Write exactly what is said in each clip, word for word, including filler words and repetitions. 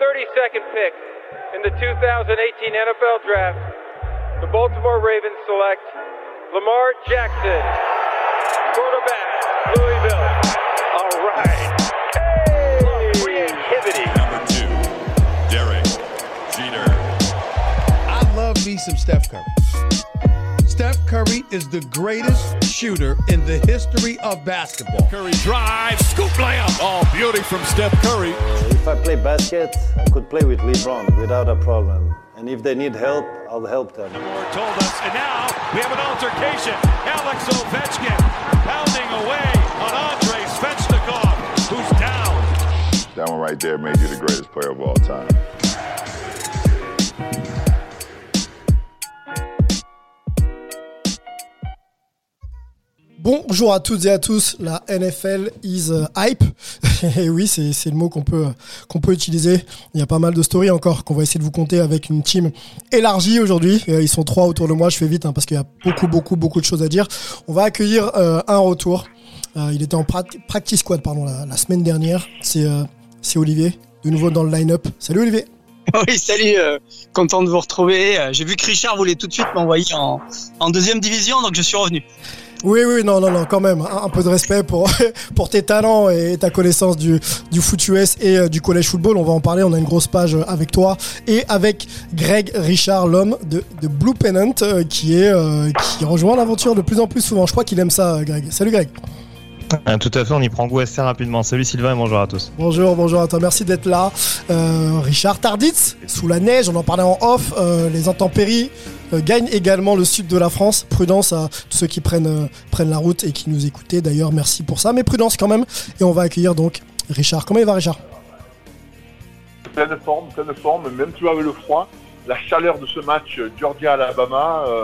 thirty-second pick in the two thousand eighteen N F L Draft, the Baltimore Ravens select Lamar Jackson, quarterback, Louisville. All right. Hey! Creativity. Number two, Derek Jeter. I love me some Steph Curry. Steph Curry is the greatest shooter in the history of basketball. Curry drives, scoop layup. Oh, beauty from Steph Curry. Uh, if I play basket, I could play with LeBron without a problem. And if they need help, I'll help them. Moore told us, and now we have an altercation. Alex Ovechkin pounding away on Andrei Svechnikov, who's down. That one right there made you the greatest player of all time. Bonjour à toutes et à tous, la N F L is hype. Et oui, c'est, c'est le mot qu'on peut, qu'on peut utiliser. Il y a pas mal de stories encore qu'on va essayer de vous conter avec une team élargie aujourd'hui. Ils sont trois autour de moi, je fais vite hein, parce qu'il y a beaucoup, beaucoup, beaucoup de choses à dire. On va accueillir euh, un retour. Euh, il était en pra- practice squad pardon, la, la semaine dernière. C'est, euh, c'est Olivier, de nouveau dans le line-up. Salut Olivier. Oui, salut, euh, content de vous retrouver. Euh, j'ai vu que Richard voulait tout de suite m'envoyer en, en deuxième division, donc je suis revenu. Oui, oui, non, non, non, quand même, un, un peu de respect pour pour tes talents et ta connaissance du du foot U S et euh, du college football. On va en parler. On a une grosse page avec toi et avec Greg Richard, l'homme de de Blue Pennant, euh, qui est euh, qui rejoint l'aventure de plus en plus souvent. Je crois qu'il aime ça, Greg. Salut, Greg. Ah, tout à fait, on y prend goût assez rapidement. Salut Sylvain et bonjour à tous. Bonjour, bonjour à toi, merci d'être là. Euh, Richard Tarditz, sous la neige, on en parlait en off, euh, les intempéries euh, gagnent également le sud de la France. Prudence à tous ceux qui prennent, euh, prennent la route et qui nous écoutaient d'ailleurs, merci pour ça, mais prudence quand même. Et on va accueillir donc Richard. Comment il va Richard ? Plein de forme, plein de forme, même tu vois avec le froid, la chaleur de ce match Georgia-Alabama, euh,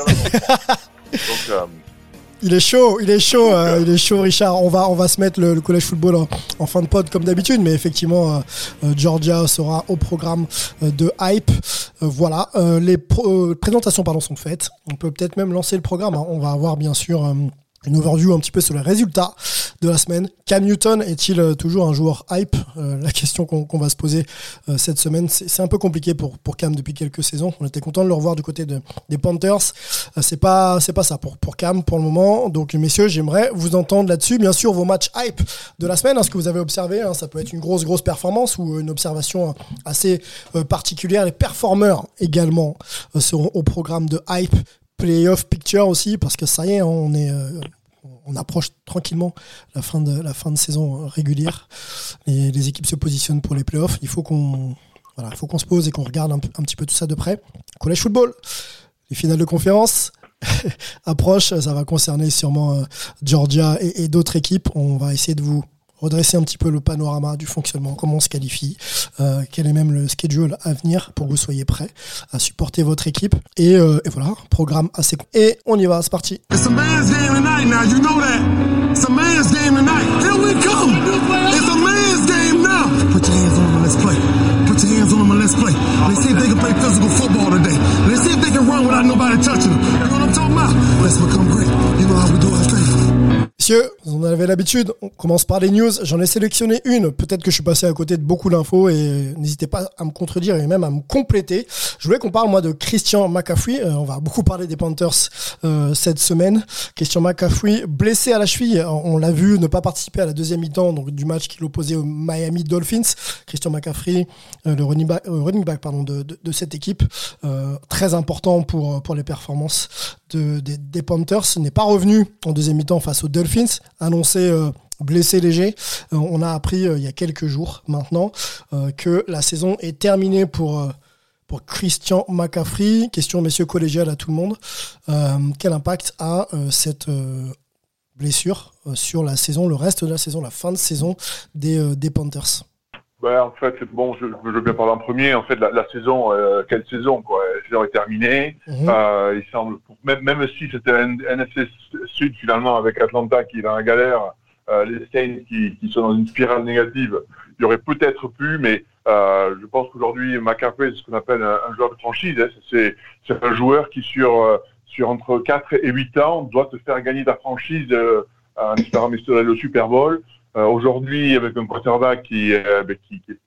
donc... Euh, Il est chaud, il est chaud, euh, il est chaud, Richard. On va, on va se mettre le, le college football en, en fin de pod comme d'habitude, mais effectivement, euh, Georgia sera au programme euh, de hype. Euh, voilà, euh, les pro- euh, présentations pardon sont faites. On peut peut-être même lancer le programme. Hein. On va avoir bien sûr euh, une overview un petit peu sur les résultats de la semaine. Cam Newton est-il euh, toujours un joueur hype ? euh, La question qu'on, qu'on va se poser euh, cette semaine, c'est, c'est un peu compliqué pour pour Cam depuis quelques saisons. On était content de le revoir du côté de, des Panthers. Euh, c'est pas c'est pas ça pour pour Cam pour le moment. Donc messieurs, j'aimerais vous entendre là-dessus. Bien sûr, vos matchs hype de la semaine, hein, ce que vous avez observé, hein, ça peut être une grosse grosse performance ou une observation assez euh, particulière. Les performeurs également euh, seront au programme de hype. Playoff picture aussi, parce que ça y est, on est, euh, on approche tranquillement la fin de la fin de saison régulière. Et les équipes se positionnent pour les playoffs. Il faut qu'on, voilà, il faut qu'on se pose et qu'on regarde un, un petit peu tout ça de près. College football, les finales de conférence approchent. Ça va concerner sûrement euh, Georgia et, et d'autres équipes. On va essayer de vous redresser un petit peu le panorama du fonctionnement, comment on se qualifie, euh, quel est même le schedule à venir pour que vous soyez prêts à supporter votre équipe. Et, euh, et voilà, programme assez... Et on y va, c'est parti. It's a man's game tonight now, you know that. It's a man's game tonight. Here we come. It's a man's game now. Put your hands on them and let's play. Put your hands on them and let's play. Let's see if they can play physical football today. Let's see if they can run without nobody touching them. You know what I'm talking about? Let's become great. You know how we do it straight. Messieurs, vous en avez l'habitude, on commence par les news. J'en ai sélectionné une. Peut-être que je suis passé à côté de beaucoup d'infos et n'hésitez pas à me contredire et même à me compléter. Je voulais qu'on parle, moi, de Christian McCaffrey. Euh, on va beaucoup parler des Panthers euh, cette semaine. Christian McCaffrey, blessé à la cheville. On l'a vu ne pas participer à la deuxième mi-temps donc, du match qu'il opposait aux Miami Dolphins. Christian McCaffrey, euh, le running back, euh, running back pardon, de, de, de cette équipe, euh, très important pour, pour les performances de, des, des Panthers, n'est pas revenu en deuxième mi-temps face aux Dolphins. Annoncé euh, blessé léger. Euh, on a appris euh, il y a quelques jours maintenant euh, que la saison est terminée pour, euh, pour Christian McCaffrey. Question, messieurs, collégiale à tout le monde. Euh, quel impact a euh, cette euh, blessure euh, sur la saison, le reste de la saison, la fin de saison des, euh, des Panthers ? Ben, en fait, bon, je, je veux bien parler en premier. En fait, la, la saison, euh, quelle saison, quoi. La saison est terminée. Mmh. Euh, il semble, même, même si c'était un N F C Sud finalement avec Atlanta qui est dans la galère, euh, les Saints qui, qui sont dans une spirale négative, il y aurait peut-être pu, mais euh, je pense qu'aujourd'hui, McCaffrey, c'est ce qu'on appelle un, un joueur de franchise. Hein. C'est, c'est un joueur qui sur euh, sur entre quatre et huit ans doit te faire gagner ta franchise euh, en espérant instaurer le Super Bowl. Euh, aujourd'hui, avec un quarterback qui, euh, qui, qui, qui est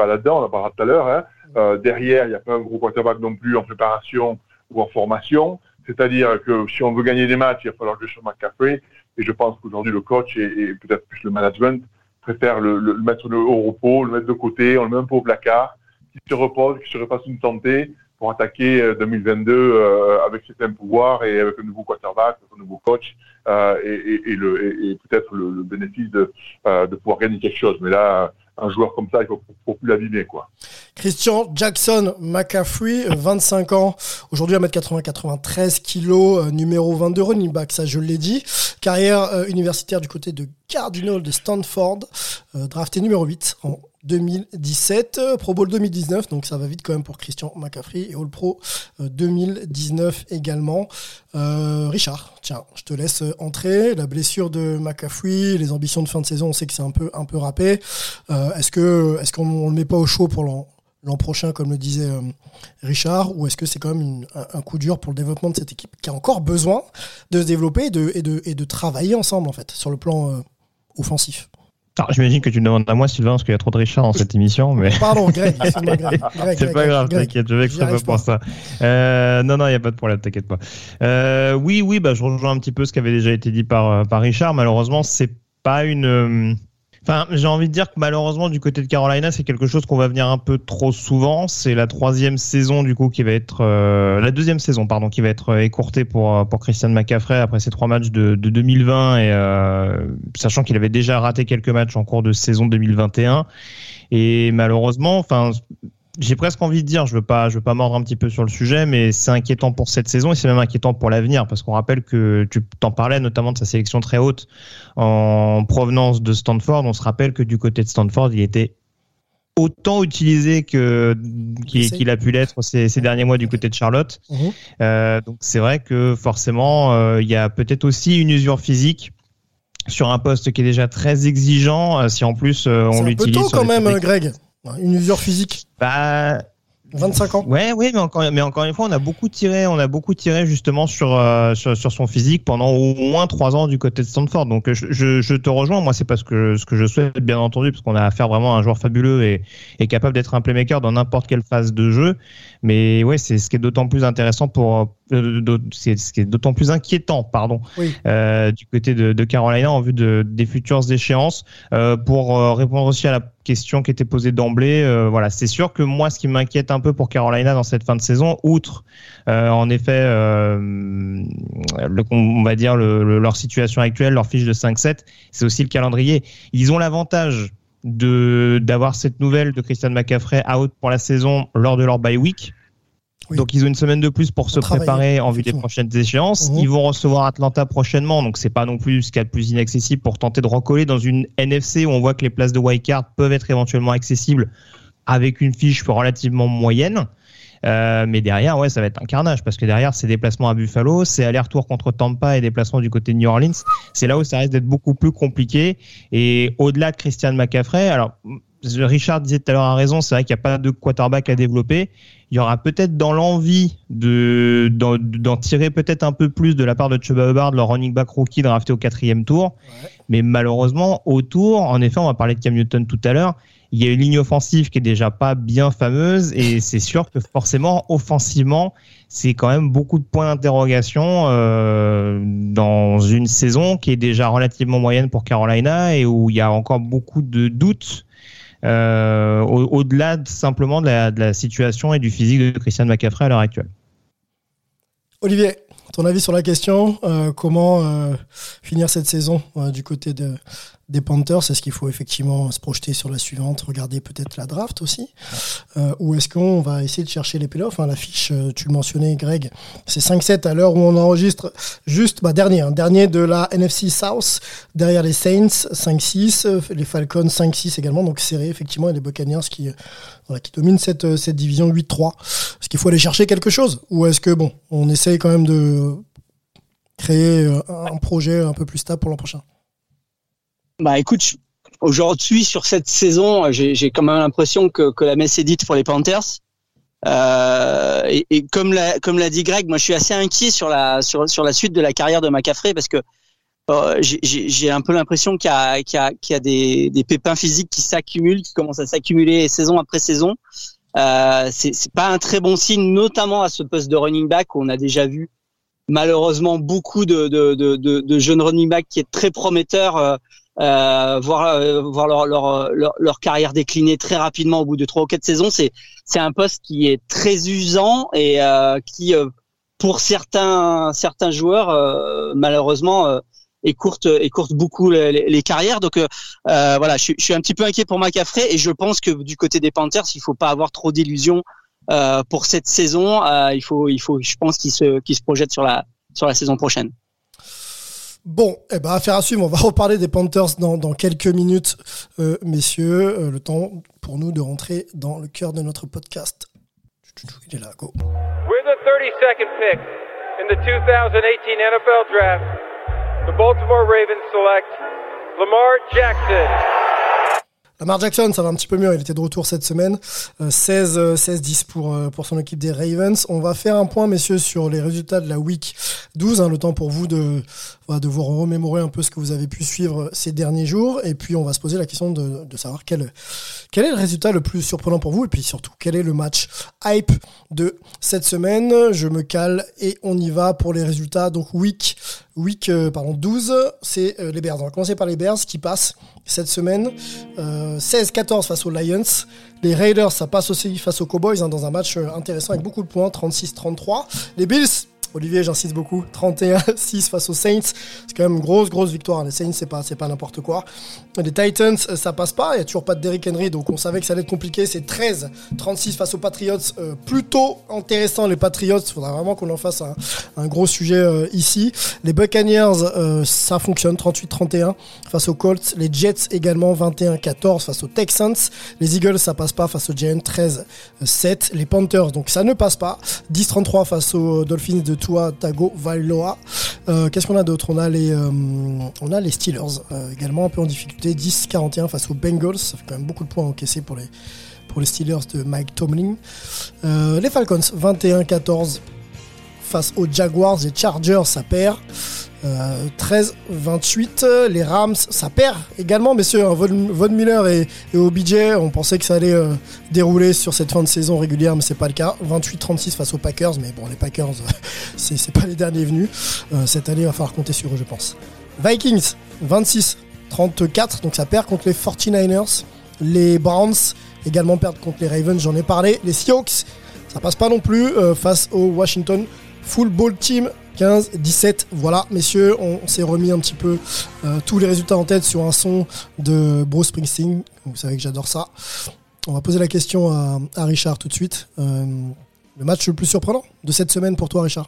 pas là-dedans, on en parlera tout à l'heure. Hein. Euh, derrière, il n'y a pas un gros quarterback non plus en préparation ou en formation. C'est-à-dire que si on veut gagner des matchs, il va falloir jouer sur McCaffrey. Et je pense qu'aujourd'hui, le coach et, et peut-être plus le management préfèrent le, le, le mettre au repos, le mettre de côté, on le met un peu au placard, qu'il se repose, qu'il se repasse une santé pour attaquer deux mille vingt-deux euh, avec ses pleins pouvoirs et avec un nouveau quarterback, un nouveau coach euh, et, et, et, le, et, et peut-être le, le bénéfice de, euh, de pouvoir gagner quelque chose. Mais là, un joueur comme ça, il faut, faut plus l'abîmer, quoi. Christian Jackson McCaffrey, vingt-cinq ans, aujourd'hui un mètre quatre-vingts, quatre-vingt-treize kilos, euh, numéro vingt-deux running back, ça je l'ai dit. Carrière euh, universitaire du côté de Cardinal de Stanford, euh, drafté numéro huit en deux mille dix-sept, euh, Pro Bowl deux mille dix-neuf, donc ça va vite quand même pour Christian McCaffrey, et All Pro euh, deux mille dix-neuf également. Euh, Richard, tiens, je te laisse entrer. La blessure de McCaffrey, les ambitions de fin de saison, on sait que c'est un peu, un peu râpé. Euh, est-ce que, est-ce qu'on ne le met pas au chaud pour l'an, l'an prochain, comme le disait euh, Richard, ou est-ce que c'est quand même une, un, un coup dur pour le développement de cette équipe qui a encore besoin de se développer et de, et de, et de travailler ensemble, en fait, sur le plan euh, offensif? Alors, j'imagine que tu me demandes à moi, Sylvain, parce qu'il y a trop de Richard dans cette émission. Mais... Pardon, Greg. C'est, Greg, Greg, Greg, c'est pas grave, Greg, t'inquiète, je vais exprès pour ça. Euh, non, non, il n'y a pas de problème, t'inquiète pas. Euh, oui, oui, bah, je rejoins un petit peu ce qui avait déjà été dit par, par Richard. Malheureusement, c'est pas une... Euh... Enfin, j'ai envie de dire que malheureusement, du côté de Carolina, c'est quelque chose qu'on va venir un peu trop souvent. C'est la troisième saison, du coup, qui va être... Euh, la deuxième saison, pardon, qui va être écourtée pour, pour Christian McCaffrey après ces trois matchs de, de deux mille vingt, et euh, sachant qu'il avait déjà raté quelques matchs en cours de saison deux mille vingt et un. Et malheureusement, enfin... J'ai presque envie de dire, je veux pas, je veux pas mordre un petit peu sur le sujet, mais c'est inquiétant pour cette saison et c'est même inquiétant pour l'avenir, parce qu'on rappelle que tu t'en parlais notamment de sa sélection très haute en provenance de Stanford. On se rappelle que du côté de Stanford, il était autant utilisé que qu'il, qu'il a pu l'être ces, ces derniers mois du côté de Charlotte. Mmh. Euh, donc c'est vrai que forcément, euh, il y a peut-être aussi une usure physique sur un poste qui est déjà très exigeant. Si en plus euh, on c'est l'utilise, un peu tôt quand même, techniques. Greg. Une usure physique. Bah, vingt-cinq ans. Ouais, ouais, mais encore, mais encore une fois, on a beaucoup tiré, on a beaucoup tiré justement sur, euh, sur, sur son physique pendant au moins trois ans du côté de Stanford. Donc, je, je, je te rejoins. Moi, c'est pas ce que, ce que je souhaite, bien entendu, parce qu'on a affaire vraiment à un joueur fabuleux et, et capable d'être un playmaker dans n'importe quelle phase de jeu. Mais ouais, c'est ce qui est d'autant plus intéressant pour, euh, c'est ce qui est d'autant plus inquiétant, pardon, oui. euh, du côté de, de Carolina en vue de, des futures échéances. Euh, pour euh, répondre aussi à la question qui était posée d'emblée, euh, voilà, c'est sûr que moi, ce qui m'inquiète un peu pour Carolina dans cette fin de saison, outre euh, en effet, euh, le, on va dire le, le, leur situation actuelle, leur fiche de cinq sept, c'est aussi le calendrier. Ils ont l'avantage de d'avoir cette nouvelle de Christian McCaffrey out pour la saison lors de leur bye week. Oui. Donc ils ont une semaine de plus pour, pour se préparer en vue des prochaines échéances. Mmh. Ils vont recevoir Atlanta prochainement, donc c'est pas non plus ce qu'il y a de plus inaccessible pour tenter de recoller dans une N F C où on voit que les places de wildcard peuvent être éventuellement accessibles avec une fiche relativement moyenne. Euh, mais derrière, ouais, ça va être un carnage parce que derrière, c'est déplacement à Buffalo, c'est aller-retour contre Tampa et déplacement du côté de New Orleans. C'est là où ça risque d'être beaucoup plus compliqué. Et au-delà de Christian McCaffrey, alors Richard disait tout à l'heure à raison, c'est vrai qu'il n'y a pas de quarterback à développer. Il y aura peut-être dans l'envie de, d'en, d'en tirer peut-être un peu plus de la part de Chuba Hubbard, leur running back rookie drafté au quatrième tour. Ouais. Mais malheureusement, autour, en effet, on va parler de Cam Newton tout à l'heure, il y a une ligne offensive qui est déjà pas bien fameuse et c'est sûr que forcément, offensivement, c'est quand même beaucoup de points d'interrogation euh, dans une saison qui est déjà relativement moyenne pour Carolina et où il y a encore beaucoup de doutes euh, au- au-delà de, simplement de la, de la situation et du physique de Christian McCaffrey à l'heure actuelle. Olivier, ton avis sur la question, euh, comment euh, finir cette saison euh, du côté de, des Panthers? Est-ce qu'il faut effectivement se projeter sur la suivante, regarder peut-être la draft aussi, euh, ou est-ce qu'on va essayer de chercher les playoffs? Hein, la fiche, euh, tu le mentionnais Greg, c'est cinq sept à l'heure où on enregistre, juste bah, dernier, hein, dernier de la N F C South, derrière les Saints cinq six, euh, les Falcons cinq six également, donc serré effectivement, et les Buccaneers qui, euh, voilà, qui dominent cette, cette division huit trois. Est-ce qu'il faut aller chercher quelque chose, ou est-ce que bon, on essaye quand même de créer un projet un peu plus stable pour l'an prochain? Bah écoute, aujourd'hui sur cette saison, j'ai, j'ai quand même l'impression que, que la messe est dite pour les Panthers. Euh, et, et comme l'a comme l'a dit Greg, moi je suis assez inquiet sur la sur sur la suite de la carrière de McCaffrey parce que euh, j'ai, j'ai un peu l'impression qu'il y a, qu'il y a, qu'il y a des, des pépins physiques qui s'accumulent, qui commencent à s'accumuler saison après saison. Euh, c'est, c'est pas un très bon signe, notamment à ce poste de running back où on a déjà vu malheureusement beaucoup de, de, de, de, de jeunes running backs qui est très prometteurs, euh, euh, voir, euh, voir leur, leur, leur, leur carrière décliner très rapidement au bout de trois ou quatre saisons. C'est, c'est un poste qui est très usant et euh, qui, euh, pour certains, certains joueurs, euh, malheureusement, euh, écourte, écourte beaucoup les, les carrières. Donc euh, voilà, je, je suis un petit peu inquiet pour McCaffrey et je pense que du côté des Panthers, il faut pas avoir trop d'illusions euh, pour cette saison. Euh, il faut, il faut, je pense qu'ils se, qu'ils se projettent sur la, sur la saison prochaine. Bon, eh ben, affaire à suivre. On va reparler des Panthers dans, dans quelques minutes, euh, messieurs. Euh, le temps pour nous de rentrer dans le cœur de notre podcast. Il est là, go. We're the thirty-second pick in the two thousand eighteen N F L Draft. The Baltimore Ravens select Lamar Jackson. Lamar Jackson, ça va un petit peu mieux. Il était de retour cette semaine. Euh, seize dix pour, euh, pour son équipe des Ravens. On va faire un point, messieurs, sur les résultats de la week douze. Hein, le temps pour vous de, voilà, de vous remémorer un peu ce que vous avez pu suivre ces derniers jours. Et puis, on va se poser la question de, de savoir quel, quel est le résultat le plus surprenant pour vous. Et puis, surtout, quel est le match hype de cette semaine. Je me cale et on y va pour les résultats. Donc, week, week euh, pardon, douze, c'est euh, les Bears. On va commencer par les Bears qui passent cette semaine. Euh, seize quatorze face aux Lions. Les Raiders, ça passe aussi face aux Cowboys hein, dans un match intéressant avec beaucoup de points, trente-six trente-trois. Les Bills, Olivier, j'insiste beaucoup, trente et un six face aux Saints. C'est quand même une grosse, grosse victoire. Les Saints, c'est pas, c'est pas n'importe quoi. Les Titans, ça passe pas. Il n'y a toujours pas de Derrick Henry, donc on savait que ça allait être compliqué. C'est treize trente-six face aux Patriots. Euh, plutôt intéressant, les Patriots. Il faudra vraiment qu'on en fasse un, un gros sujet euh, ici. Les Buccaneers, euh, ça fonctionne, trente-huit trente et un face aux Colts. Les Jets également, vingt et un quatorze face aux Texans. Les Eagles, ça passe pas face aux Giants, treize sept. Les Panthers, donc ça ne passe pas. dix trente-trois face aux Dolphins de Tua Tagovailoa. Euh, qu'est-ce qu'on a d'autre ? On a les, euh, on a les Steelers euh, également un peu en difficulté. dix quarante et un face aux Bengals. Ça fait quand même beaucoup de points encaissés pour les, pour les Steelers de Mike Tomlin. Euh, les Falcons, vingt et un quatorze face aux Jaguars. Les Chargers, ça perd. Euh, treize vingt-huit. Les Rams, ça perd également, messieurs. Hein, Von, Von Miller et, et O B J, on pensait que ça allait euh, dérouler sur cette fin de saison régulière, mais c'est pas le cas. vingt-huit trente-six face aux Packers, mais bon, les Packers, c'est, c'est pas les derniers venus. Euh, cette année, il va falloir compter sur eux, je pense. Vikings, vingt-six trente-quatre, donc ça perd contre les forty-niners. Les Browns également perdent contre les Ravens, j'en ai parlé. Les Seahawks, ça passe pas non plus euh, face au Washington Football Team. quinze dix-sept, voilà messieurs, on, on s'est remis un petit peu euh, tous les résultats en tête sur un son de Bruce Springsteen, vous savez que j'adore ça. On va poser la question à, à Richard tout de suite. Euh, le match le plus surprenant de cette semaine pour toi, Richard ?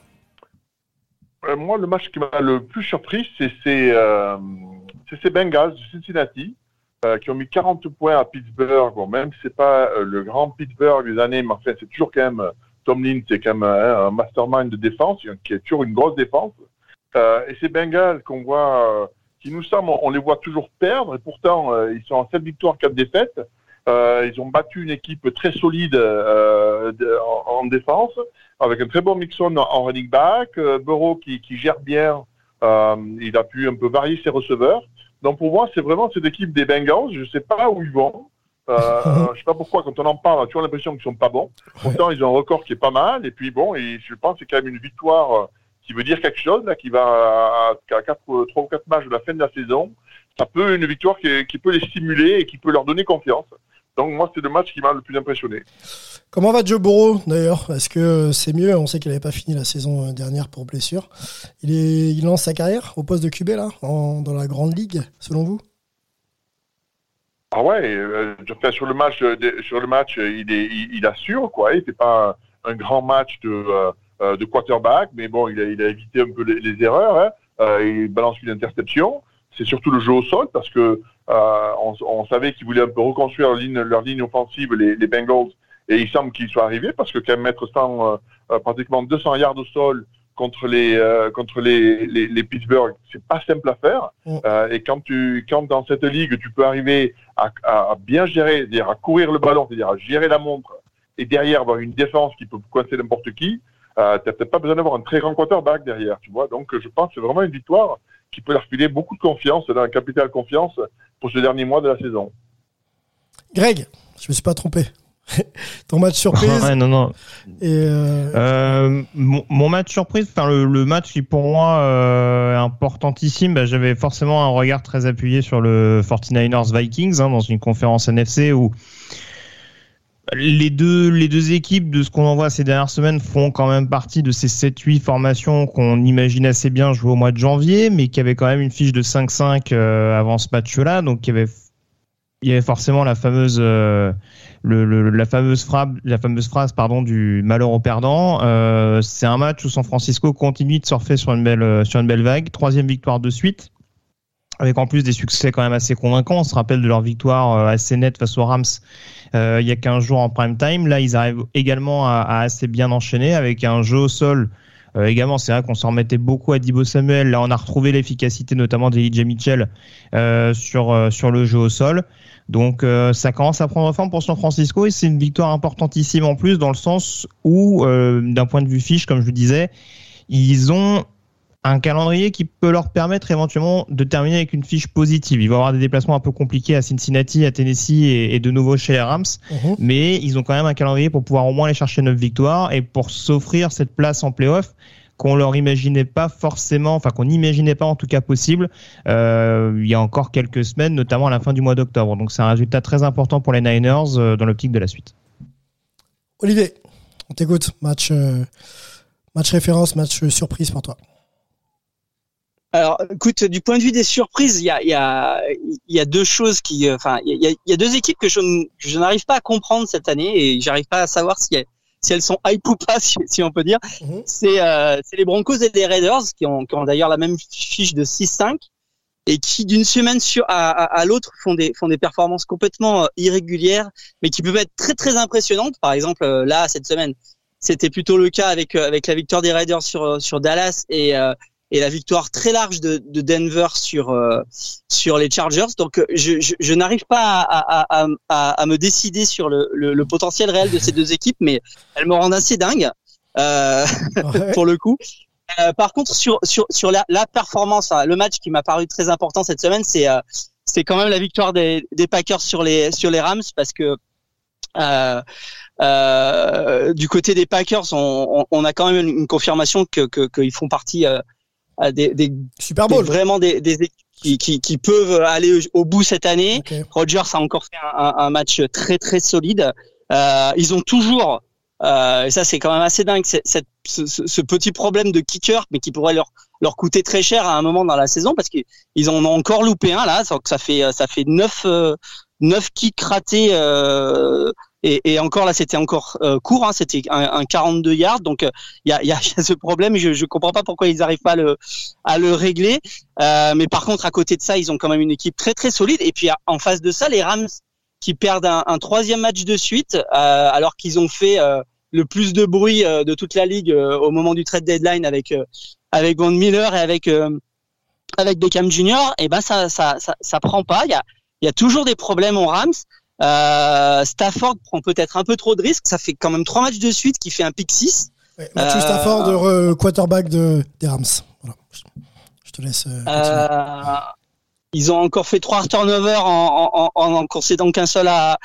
euh, Moi, le match qui m'a le plus surpris, c'est ces, euh, c'est ces Bengals de Cincinnati euh, qui ont mis quarante points à Pittsburgh. Bon, même si c'est pas euh, le grand Pittsburgh des années, mais en fait, c'est toujours quand même... Tomlin, c'est quand même un, un mastermind de défense, qui a toujours une grosse défense. Euh, et ces Bengals qu'on voit, euh, qui nous semblent, on les voit toujours perdre, et pourtant, euh, ils sont en sept victoires, quatre défaites. Euh, ils ont battu une équipe très solide euh, de, en, en défense, avec un très bon Mixon en, en running back, euh, Burrow qui, qui gère bien, euh, il a pu un peu varier ses receveurs. Donc pour moi, c'est vraiment cette équipe des Bengals, je ne sais pas où ils vont. Euh, je sais pas pourquoi, quand on en parle, on a toujours l'impression qu'ils sont pas bons. Pourtant, ils ont un record qui est pas mal. Et puis bon, et je pense que c'est quand même une victoire qui veut dire quelque chose, là, qui va à, à quatre, trois ou quatre matchs de la fin de la saison. Ça peut une victoire qui, qui peut les stimuler et qui peut leur donner confiance. Donc moi, c'est le match qui m'a le plus impressionné. Comment va Joe Burrow d'ailleurs ? Est-ce que c'est mieux ? On sait qu'il n'avait pas fini la saison dernière pour blessure. Il, est, il lance sa carrière au poste de Q B là, en, dans la grande ligue, selon vous ? Ah ouais, euh, sur le match, de, sur le match, il est, il, il assure quoi. Il fait pas un, un grand match de, euh, de quarterback, mais bon, il a, il a évité un peu les, les erreurs. Hein. Euh, il balance une interception. C'est surtout le jeu au sol parce que euh, on, on savait qu'ils voulaient un peu reconstruire leur ligne, leur ligne offensive, les, les Bengals, et il semble qu'ils soient arrivés parce que quand même mettre cent, euh, pratiquement deux cents yards au sol contre les euh, contre les, les les Pittsburgh, c'est pas simple à faire. Mm. Euh, et quand tu quand dans cette ligue tu peux arriver à, à, à bien gérer, c'est-à-dire à courir le ballon, c'est-à-dire à gérer la montre, et derrière avoir une défense qui peut coincer n'importe qui, euh, t'as peut-être pas besoin d'avoir un très grand quarterback derrière, tu vois. Donc je pense que c'est vraiment une victoire qui peut leur filer beaucoup de confiance, d'un capital confiance pour ce dernier mois de la saison. Greg, je me suis pas trompé. Ton match surprise. Ouais, non, non. Et euh... Euh, mon, mon match surprise, enfin le, le match qui pour moi euh, est importantissime, bah, j'avais forcément un regard très appuyé sur le forty-niners Vikings hein, dans une conférence N F C où les deux, les deux équipes de ce qu'on en voit ces dernières semaines font quand même partie de ces sept huit formations qu'on imagine assez bien jouer au mois de janvier, mais qui avaient quand même une fiche de cinq cinq euh, avant ce match-là, donc il y avait il y avait forcément la fameuse euh, le, le, la fameuse phrase la fameuse phrase pardon du malheur au perdant. Euh, c'est un match où San Francisco continue de surfer sur une belle sur une belle vague, troisième victoire de suite, avec en plus des succès quand même assez convaincants. On se rappelle de leur victoire assez nette face aux Rams euh, il y a quinze jours en prime time. Là, ils arrivent également à, à assez bien enchaîner avec un jeu au sol. Euh, également, c'est vrai qu'on s'en remettait beaucoup à Deebo Samuel. Là, on a retrouvé l'efficacité notamment d'Elijah Mitchell euh, sur euh, sur le jeu au sol. Donc euh, ça commence à prendre forme pour San Francisco et c'est une victoire importantissime en plus dans le sens où, euh, d'un point de vue fiche, comme je vous disais, ils ont un calendrier qui peut leur permettre éventuellement de terminer avec une fiche positive. Il va y avoir des déplacements un peu compliqués à Cincinnati, à Tennessee et, et de nouveau chez les Rams, mmh. mais ils ont quand même un calendrier pour pouvoir au moins aller chercher neuf victoires et pour s'offrir cette place en play-off qu'on leur imaginait pas forcément, enfin qu'on n'imaginait pas en tout cas possible euh, il y a encore quelques semaines, notamment à la fin du mois d'octobre. Donc c'est un résultat très important pour les Niners euh, dans l'optique de la suite. Olivier, on t'écoute. Match, euh, match référence, match surprise pour toi. Alors, écoute, du point de vue des surprises, il y a, il y a, il y a deux choses qui, enfin, il y a, il y a deux équipes que je, que je n'arrive pas à comprendre cette année et j'arrive pas à savoir si elles, si elles sont hype ou pas, si, si on peut dire. Mmh. C'est, euh, c'est les Broncos et les Raiders qui ont, qui ont d'ailleurs la même fiche de six cinq et qui, d'une semaine sur, à, à, à l'autre, font des, font des performances complètement irrégulières, mais qui peuvent être très, très impressionnantes. Par exemple, là, cette semaine, c'était plutôt le cas avec, avec la victoire des Raiders sur, sur Dallas et, euh, et la victoire très large de, de Denver sur euh, sur les Chargers. Donc je, je, je n'arrive pas à, à, à, à me décider sur le, le, le potentiel réel de ces deux équipes, mais elles me rendent assez dingue euh, ouais. pour le coup. Euh, par contre, sur sur sur la, la performance, hein, le match qui m'a paru très important cette semaine, c'est euh, c'est quand même la victoire des, des Packers sur les sur les Rams, parce que euh, euh, du côté des Packers, on, on, on a quand même une confirmation que que qu'ils font partie euh, Des, des Super Bowl, des, vraiment des, des équipes qui, qui, qui peuvent aller au bout cette année. Okay. Rodgers a encore fait un, un match très très solide. Euh, ils ont toujours, euh, et ça c'est quand même assez dingue, cette, cette, ce, ce petit problème de kicker, mais qui pourrait leur leur coûter très cher à un moment dans la saison, parce qu'ils en ont encore loupé un là. Ça fait ça fait neuf euh, neuf kicks ratés. Euh, Et, et encore là, c'était encore euh, court, hein, c'était un, un quarante-deux yards. Donc il euh, y, a, y, a, y a ce problème. Je je comprends pas pourquoi ils n'arrivent pas à le à le régler. Euh, mais par contre, à côté de ça, ils ont quand même une équipe très très solide. Et puis en face de ça, les Rams qui perdent un, un troisième match de suite, euh, alors qu'ils ont fait euh, le plus de bruit euh, de toute la ligue euh, au moment du trade deadline avec euh, avec Von Miller et avec euh, avec Beckham junior Et ben ça ça ça ça prend pas. Il y a il y a toujours des problèmes aux Rams. Euh, Stafford prend peut-être un peu trop de risques. Ça fait quand même trois matchs de suite qu'il fait un pick six. Ouais, Matthew euh, Stafford, euh, quarterback de, des Rams. Voilà. Je te laisse euh, euh, ils ont encore fait trois turnovers en, en, en, en concédant qu'un seul à,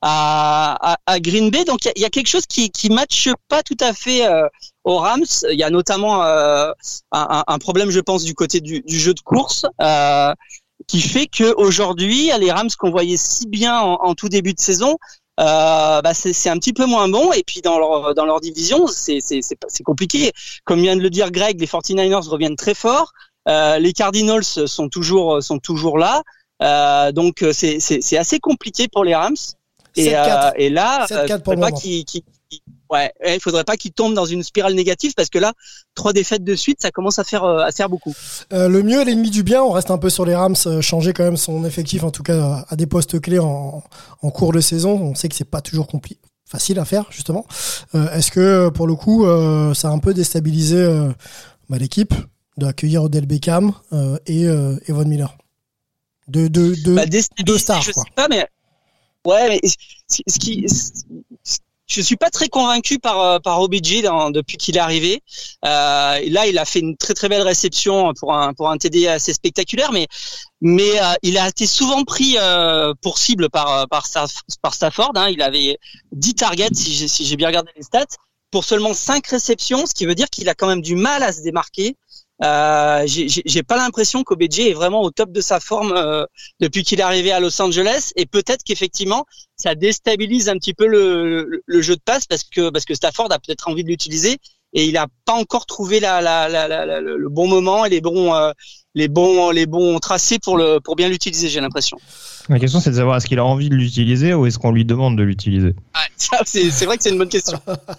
à, à Green Bay. Donc il y, y a quelque chose qui qui matche pas tout à fait euh, aux Rams. Il y a notamment euh, un, un problème, je pense, du côté du, du jeu de course. Euh, qui fait que aujourd'hui, les Rams qu'on voyait si bien en, en tout début de saison, euh, bah c'est, c'est un petit peu moins bon. Et puis dans leur dans leur division, c'est c'est c'est, c'est compliqué. Comme vient de le dire Greg, les forty-niners reviennent très fort. Euh, les Cardinals sont toujours sont toujours là. Euh, donc c'est c'est c'est assez compliqué pour les Rams. Et euh, et là, il euh, faudrait pas qu'ils qu'ils ouais, il faudrait pas qu'ils tombent dans une spirale négative, parce que là, trois défaites de suite, ça commence à faire à faire beaucoup. Euh, le mieux est l'ennemi du bien. On reste un peu sur les Rams, euh, changer quand même son effectif, en tout cas à des postes clés en, en cours de saison. On sait que c'est pas toujours compliqué, facile à faire justement. Euh, est-ce que pour le coup, euh, ça a un peu déstabilisé euh, bah, l'équipe d'accueillir Odell Beckham euh, et, euh, et Von Miller, de de de bah, deux stars, je quoi. sais pas, mais ouais, mais ce qui, je je suis pas très convaincu par par O B J dans, depuis qu'il est arrivé. Euh, là, il a fait une très très belle réception pour un pour un T D assez spectaculaire, mais mais euh, il a été souvent pris euh, pour cible par par par Stafford. Hein. Il avait dix targets si j'ai, si j'ai bien regardé les stats pour seulement cinq réceptions, ce qui veut dire qu'il a quand même du mal à se démarquer. Euh, j'ai, j'ai pas l'impression qu'O B J est vraiment au top de sa forme euh, depuis qu'il est arrivé à Los Angeles, et peut-être qu'effectivement ça déstabilise un petit peu le, le, le jeu de passe parce que parce que Stafford a peut-être envie de l'utiliser et il a pas encore trouvé la, la, la, la, la le bon moment et les bons euh, les bons les bons tracés pour le pour bien l'utiliser, j'ai l'impression. La question, c'est de savoir est-ce qu'il a envie de l'utiliser ou est-ce qu'on lui demande de l'utiliser. Ouais, ça, c'est, c'est vrai que c'est une bonne question.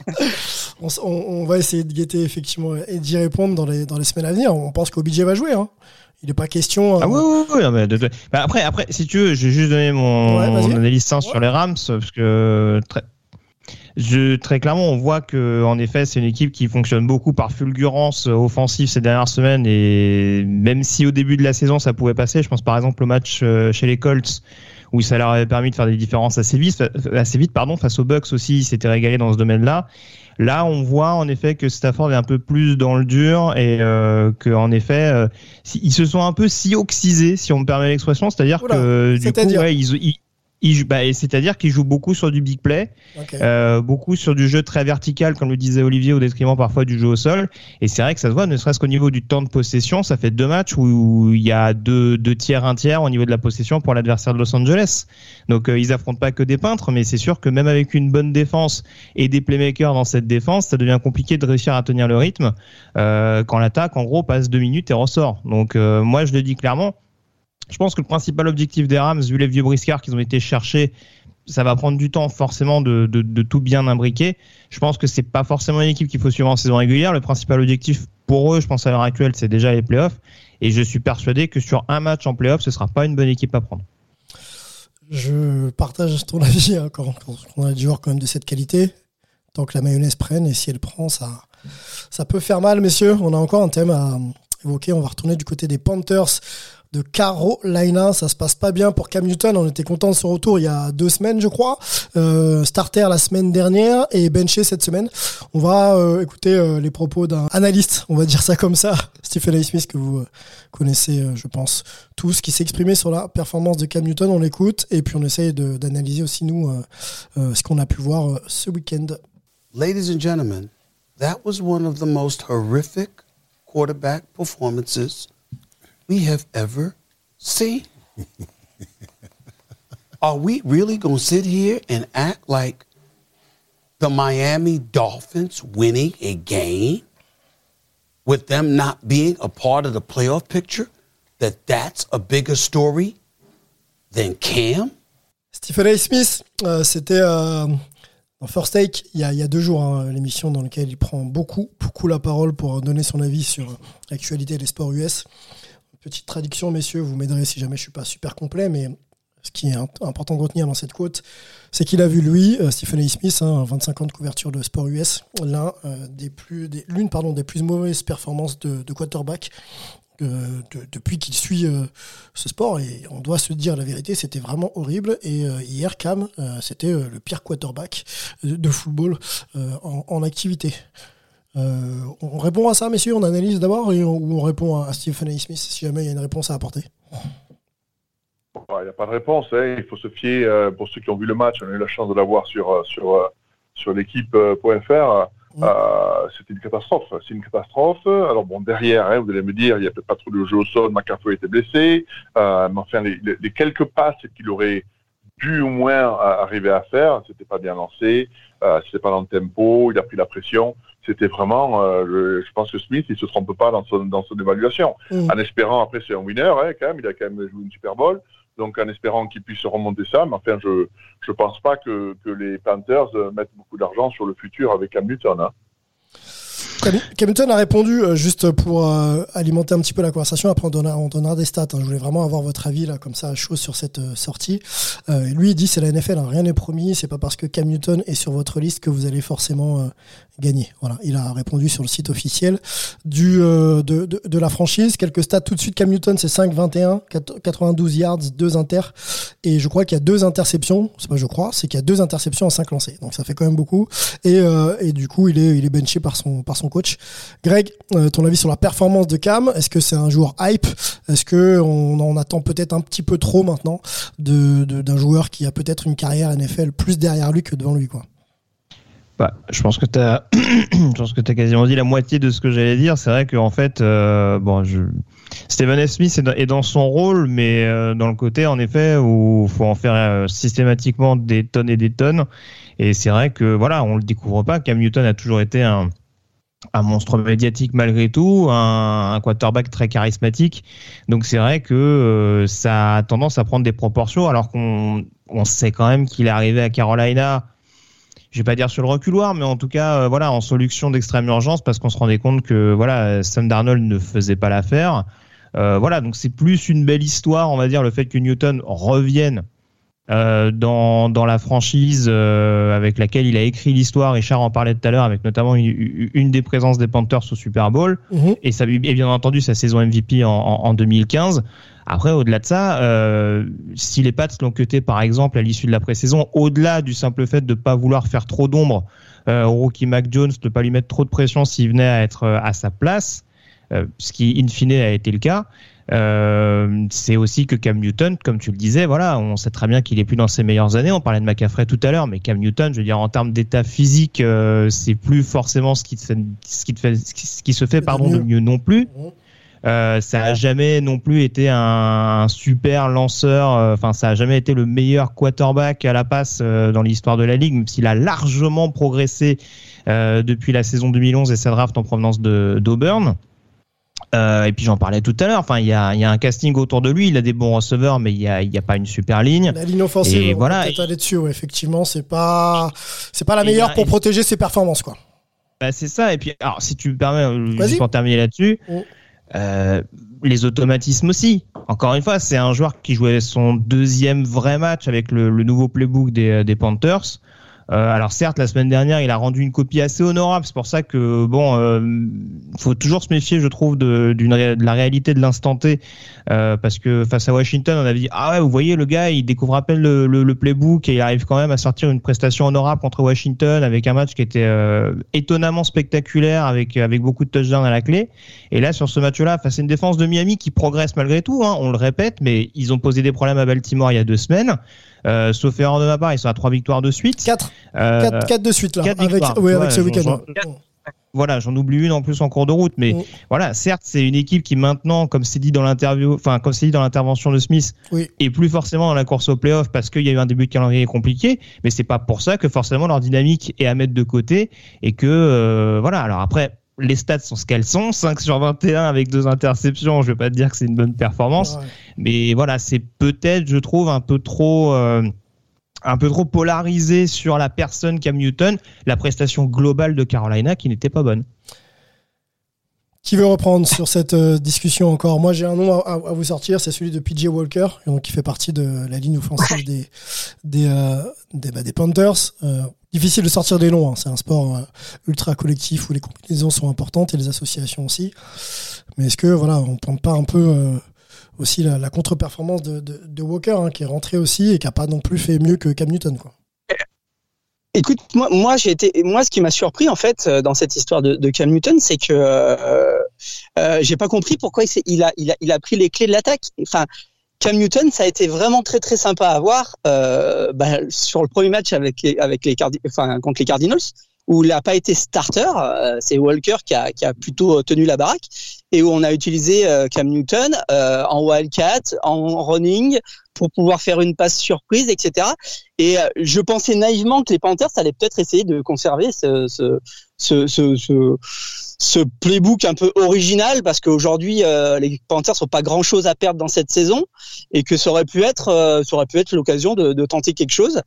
on, on, on va essayer de guetter effectivement et d'y répondre dans les, dans les semaines à venir. On pense qu'O B J va jouer. Hein. Il n'est pas question. Euh... Ah oui, oui, oui. Non, mais de, de... Bah après, après, si tu veux, je vais juste donner mon, ouais, mon analyse ouais. sur les Rams parce que très, je, très clairement, on voit que en effet, c'est une équipe qui fonctionne beaucoup par fulgurance offensive ces dernières semaines, et même si au début de la saison ça pouvait passer, je pense par exemple au match chez les Colts où ça leur avait permis de faire des différences assez vite, assez vite pardon, face aux Bucks aussi, ils s'étaient régalés dans ce domaine-là. Là, on voit en effet que Stafford est un peu plus dans le dur et euh, que en effet, euh, ils se sont un peu sioxisés, si on me permet l'expression, c'est-à-dire Oula, que du c'est-à-dire coup, ouais, ils, ils Il, bah, c'est-à-dire qu'il joue beaucoup sur du big play, okay. euh, beaucoup sur du jeu très vertical, comme le disait Olivier, au détriment parfois du jeu au sol. Et c'est vrai que ça se voit, ne serait-ce qu'au niveau du temps de possession, ça fait deux matchs où il y a deux, deux tiers, un tiers au niveau de la possession pour l'adversaire de Los Angeles. Donc euh, ils affrontent pas que des peintres, mais c'est sûr que même avec une bonne défense et des playmakers dans cette défense, ça devient compliqué de réussir à tenir le rythme euh, quand l'attaque, en gros, passe deux minutes et ressort. Donc euh, moi, je le dis clairement. Je pense que le principal objectif des Rams, vu les vieux briscards qu'ils ont été chercher, ça va prendre du temps forcément de, de, de tout bien imbriquer. Je pense que c'est pas forcément une équipe qu'il faut suivre en saison régulière. Le principal objectif pour eux, je pense à l'heure actuelle, c'est déjà les playoffs. Et je suis persuadé que sur un match en playoffs, ce sera pas une bonne équipe à prendre. Je partage ton avis hein, quand, quand on a des joueurs quand même de cette qualité. Tant que la mayonnaise prenne, et si elle prend, ça, ça peut faire mal, messieurs. On a encore un thème à évoquer. On va retourner du côté des Panthers de Carolina. Ça se passe pas bien pour Cam Newton. On était content de son retour il y a deux semaines, je crois. Euh, starter la semaine dernière et benché cette semaine. On va euh, écouter euh, les propos d'un analyste, on va dire ça comme ça, Stephen A. Smith, que vous euh, connaissez, euh, je pense, tous, qui s'est exprimé sur la performance de Cam Newton. On l'écoute et puis on essaye de, d'analyser aussi, nous, euh, euh, ce qu'on a pu voir euh, ce week-end. Ladies and gentlemen, that was one of the most horrific quarterback performances we have ever seen. Are we really going to sit here and act like the Miami Dolphins winning a game with them not being a part of the playoff picture, that that's a bigger story than Cam? Stephen A. Smith, euh, c'était euh, dans First Take il y a, il y a deux jours, hein, l'émission dans laquelle il prend beaucoup, beaucoup la parole pour donner son avis sur l'actualité des sports U S. Petite traduction, messieurs, vous m'aiderez si jamais je ne suis pas super complet, mais ce qui est important de retenir dans cette quote, c'est qu'il a vu, lui, euh, Stephen A. Smith, hein, vingt-cinq ans de couverture de sport U S, l'un, euh, des plus, des, l'une pardon, des plus mauvaises performances de, de quarterback euh, de, depuis qu'il suit euh, ce sport. Et on doit se dire la vérité, c'était vraiment horrible. Et euh, hier, Cam, euh, c'était euh, le pire quarterback de, de football euh, en, en activité. Euh, on répond à ça, messieurs, on analyse d'abord et on, ou on répond à Stephen A. Smith si jamais il y a une réponse à apporter. Il n'y a pas de réponse, hein. Il faut se fier, euh, pour ceux qui ont vu le match, on a eu la chance de l'avoir sur, sur, sur l'équipe point F R, mmh. euh, c'était une catastrophe. C'est une catastrophe. Alors bon, derrière, hein, vous allez me dire, il n'y a peut-être pas trop de jeu au sol, McCaffrey était blessé, euh, mais enfin, les, les, les quelques passes qu'il aurait dû au moins arriver à faire, c'était pas bien lancé, euh, c'était pas dans le tempo, il a pris la pression. C'était vraiment, euh, je, je pense que Smith, il se trompe pas dans son, dans son évaluation. Mmh. En espérant, après c'est un winner, hein, quand même, il a quand même joué une Super Bowl, donc en espérant qu'il puisse remonter ça, mais enfin, je je pense pas que, que les Panthers mettent beaucoup d'argent sur le futur avec Cam Newton. Hein. Cam Newton a répondu, euh, juste pour euh, alimenter un petit peu la conversation, après on donnera, on donnera des stats, hein. Je voulais vraiment avoir votre avis là, comme ça, à chaud sur cette euh, sortie. Euh, lui il dit c'est la N F L, hein, rien n'est promis, c'est pas parce que Cam Newton est sur votre liste que vous allez forcément euh, gagner. Voilà, il a répondu sur le site officiel du, euh, de, de, de la franchise. Quelques stats tout de suite, Cam Newton c'est cinq vingt et un, quatre-vingt-douze yards, deux inters, et je crois qu'il y a deux interceptions, c'est pas je crois, c'est qu'il y a deux interceptions en cinq lancés, donc ça fait quand même beaucoup, et, euh, et du coup il est, il est benché par son, par son coach. Greg, euh, ton avis sur la performance de Cam? Est-ce que c'est un joueur hype? Est-ce que on en attend peut-être un petit peu trop maintenant de, de, d'un joueur qui a peut-être une carrière N F L plus derrière lui que devant lui, quoi? Bah, je pense que t'as, je pense que t'as quasiment dit la moitié de ce que j'allais dire. C'est vrai qu'en fait, euh, bon, je, Stephen F. Smith est dans, est dans son rôle, mais euh, dans le côté, en effet, où faut en faire euh, systématiquement des tonnes et des tonnes. Et c'est vrai que voilà, on le découvre pas. Cam Newton a toujours été un un monstre médiatique malgré tout, un, un quarterback très charismatique. Donc c'est vrai que euh, ça a tendance à prendre des proportions, alors qu'on on sait quand même qu'il est arrivé à Carolina, je vais pas dire sur le reculoir, mais en tout cas euh, voilà, en solution d'extrême urgence, parce qu'on se rendait compte que voilà, Sam Darnold ne faisait pas l'affaire. Euh, voilà, donc c'est plus une belle histoire, on va dire, le fait que Newton revienne Euh, dans dans la franchise euh, avec laquelle il a écrit l'histoire. Richard en parlait tout à l'heure, avec notamment une, une des présences des Panthers au Super Bowl, mmh. et ça et bien entendu sa saison M V P en, en, en deux mille quinze. Après, au-delà de ça, euh, si les Pats l'ont cuté par exemple à l'issue de la pré-saison, au-delà du simple fait de pas vouloir faire trop d'ombre euh, au rookie Mac Jones, de pas lui mettre trop de pression s'il venait à être à sa place, euh, ce qui in fine a été le cas. Euh, c'est aussi que Cam Newton, comme tu le disais, voilà, on sait très bien qu'il est plus dans ses meilleures années. On parlait de McCaffrey tout à l'heure, mais Cam Newton, je veux dire, en termes d'état physique, euh, c'est plus forcément ce qui, te fait, ce qui, te fait, ce qui se fait pardon, de mieux non plus. Euh, ça a jamais non plus été un, un super lanceur. Enfin, euh, ça a jamais été le meilleur quarterback à la passe euh, dans l'histoire de la ligue, même s'il a largement progressé euh, depuis la saison deux mille onze et sa draft en provenance de, d'Auburn. Euh, et puis j'en parlais tout à l'heure. Enfin, il y a, il y a un casting autour de lui. Il a des bons receveurs, mais il y a, il y a pas une super ligne. La ligne offensive, et on voilà. peut peut-être aller dessus. Ouais, effectivement, c'est pas, c'est pas la meilleure pour et... protéger ses performances, quoi. Bah, c'est ça. Et puis, alors, si tu me permets, juste pour terminer là-dessus, oh. euh, les automatismes aussi. Encore une fois, c'est un joueur qui jouait son deuxième vrai match avec le, le nouveau playbook des, des Panthers. Euh, alors certes, la semaine dernière, il a rendu une copie assez honorable. C'est pour ça que bon, euh, faut toujours se méfier, je trouve, de, d'une, de la réalité de l'instant T, euh, parce que face à Washington, on avait dit ah ouais, vous voyez, le gars, il découvre à peine le, le, le playbook et il arrive quand même à sortir une prestation honorable contre Washington avec un match qui était euh, étonnamment spectaculaire, avec avec beaucoup de touchdowns à la clé. Et là, sur ce match-là, face à une défense de Miami qui progresse malgré tout, hein, on le répète, mais ils ont posé des problèmes à Baltimore il y a deux semaines. Euh, sauf erreur de ma part, ils sont à trois victoires de suite. Quatre. Euh, quatre, quatre de suite, là. Avec, oui, avec ce week-end. J'en, voilà, j'en oublie une en plus en cours de route. Mais mm. voilà, certes, c'est une équipe qui maintenant, comme c'est dit dans l'interview, enfin, comme c'est dit dans l'intervention de Smith, oui. est plus forcément dans la course au playoff parce qu'il y a eu un début de calendrier compliqué. Mais c'est pas pour ça que forcément leur dynamique est à mettre de côté et que, euh, voilà. Alors après, les stats sont ce qu'elles sont, cinq sur vingt et un avec deux interceptions, je vais pas te dire que c'est une bonne performance, ouais. mais voilà, c'est peut-être, je trouve, un peu trop euh, un peu trop polarisé sur la personne Cam Newton, la prestation globale de Carolina qui n'était pas bonne. Qui veut reprendre sur cette euh, discussion encore? Moi, j'ai un nom à, à vous sortir, c'est celui de P J Walker, donc, qui fait partie de la ligne offensive des des euh, des, bah, des Panthers. Euh, difficile de sortir des noms, hein. C'est un sport euh, ultra collectif où les combinaisons sont importantes et les associations aussi. Mais est-ce que voilà, on prend pas un peu euh, aussi la, la contre-performance de, de, de Walker, hein, qui est rentré aussi et qui a pas non plus fait mieux que Cam Newton, quoi. Écoute, moi, moi, j'ai été, moi, ce qui m'a surpris en fait dans cette histoire de, de Cam Newton, c'est que euh, euh, j'ai pas compris pourquoi il, il a, il a, il a pris les clés de l'attaque. Enfin, Cam Newton, ça a été vraiment très très sympa à voir euh, bah, sur le premier match avec les, avec les Cardi- enfin, contre les Cardinals, où il n'a pas été starter. Euh, c'est Walker qui a, qui a plutôt tenu la baraque et où on a utilisé euh, Cam Newton euh, en wildcat, en running, pour pouvoir faire une passe surprise, et cetera. Et euh, je pensais naïvement que les Panthers allaient peut-être essayer de conserver ce, ce, ce, ce, ce, ce playbook un peu original, parce qu'aujourd'hui, euh, les Panthers n'ont pas grand-chose à perdre dans cette saison, et que ça aurait pu être, euh, ça aurait pu être l'occasion de, de tenter quelque chose.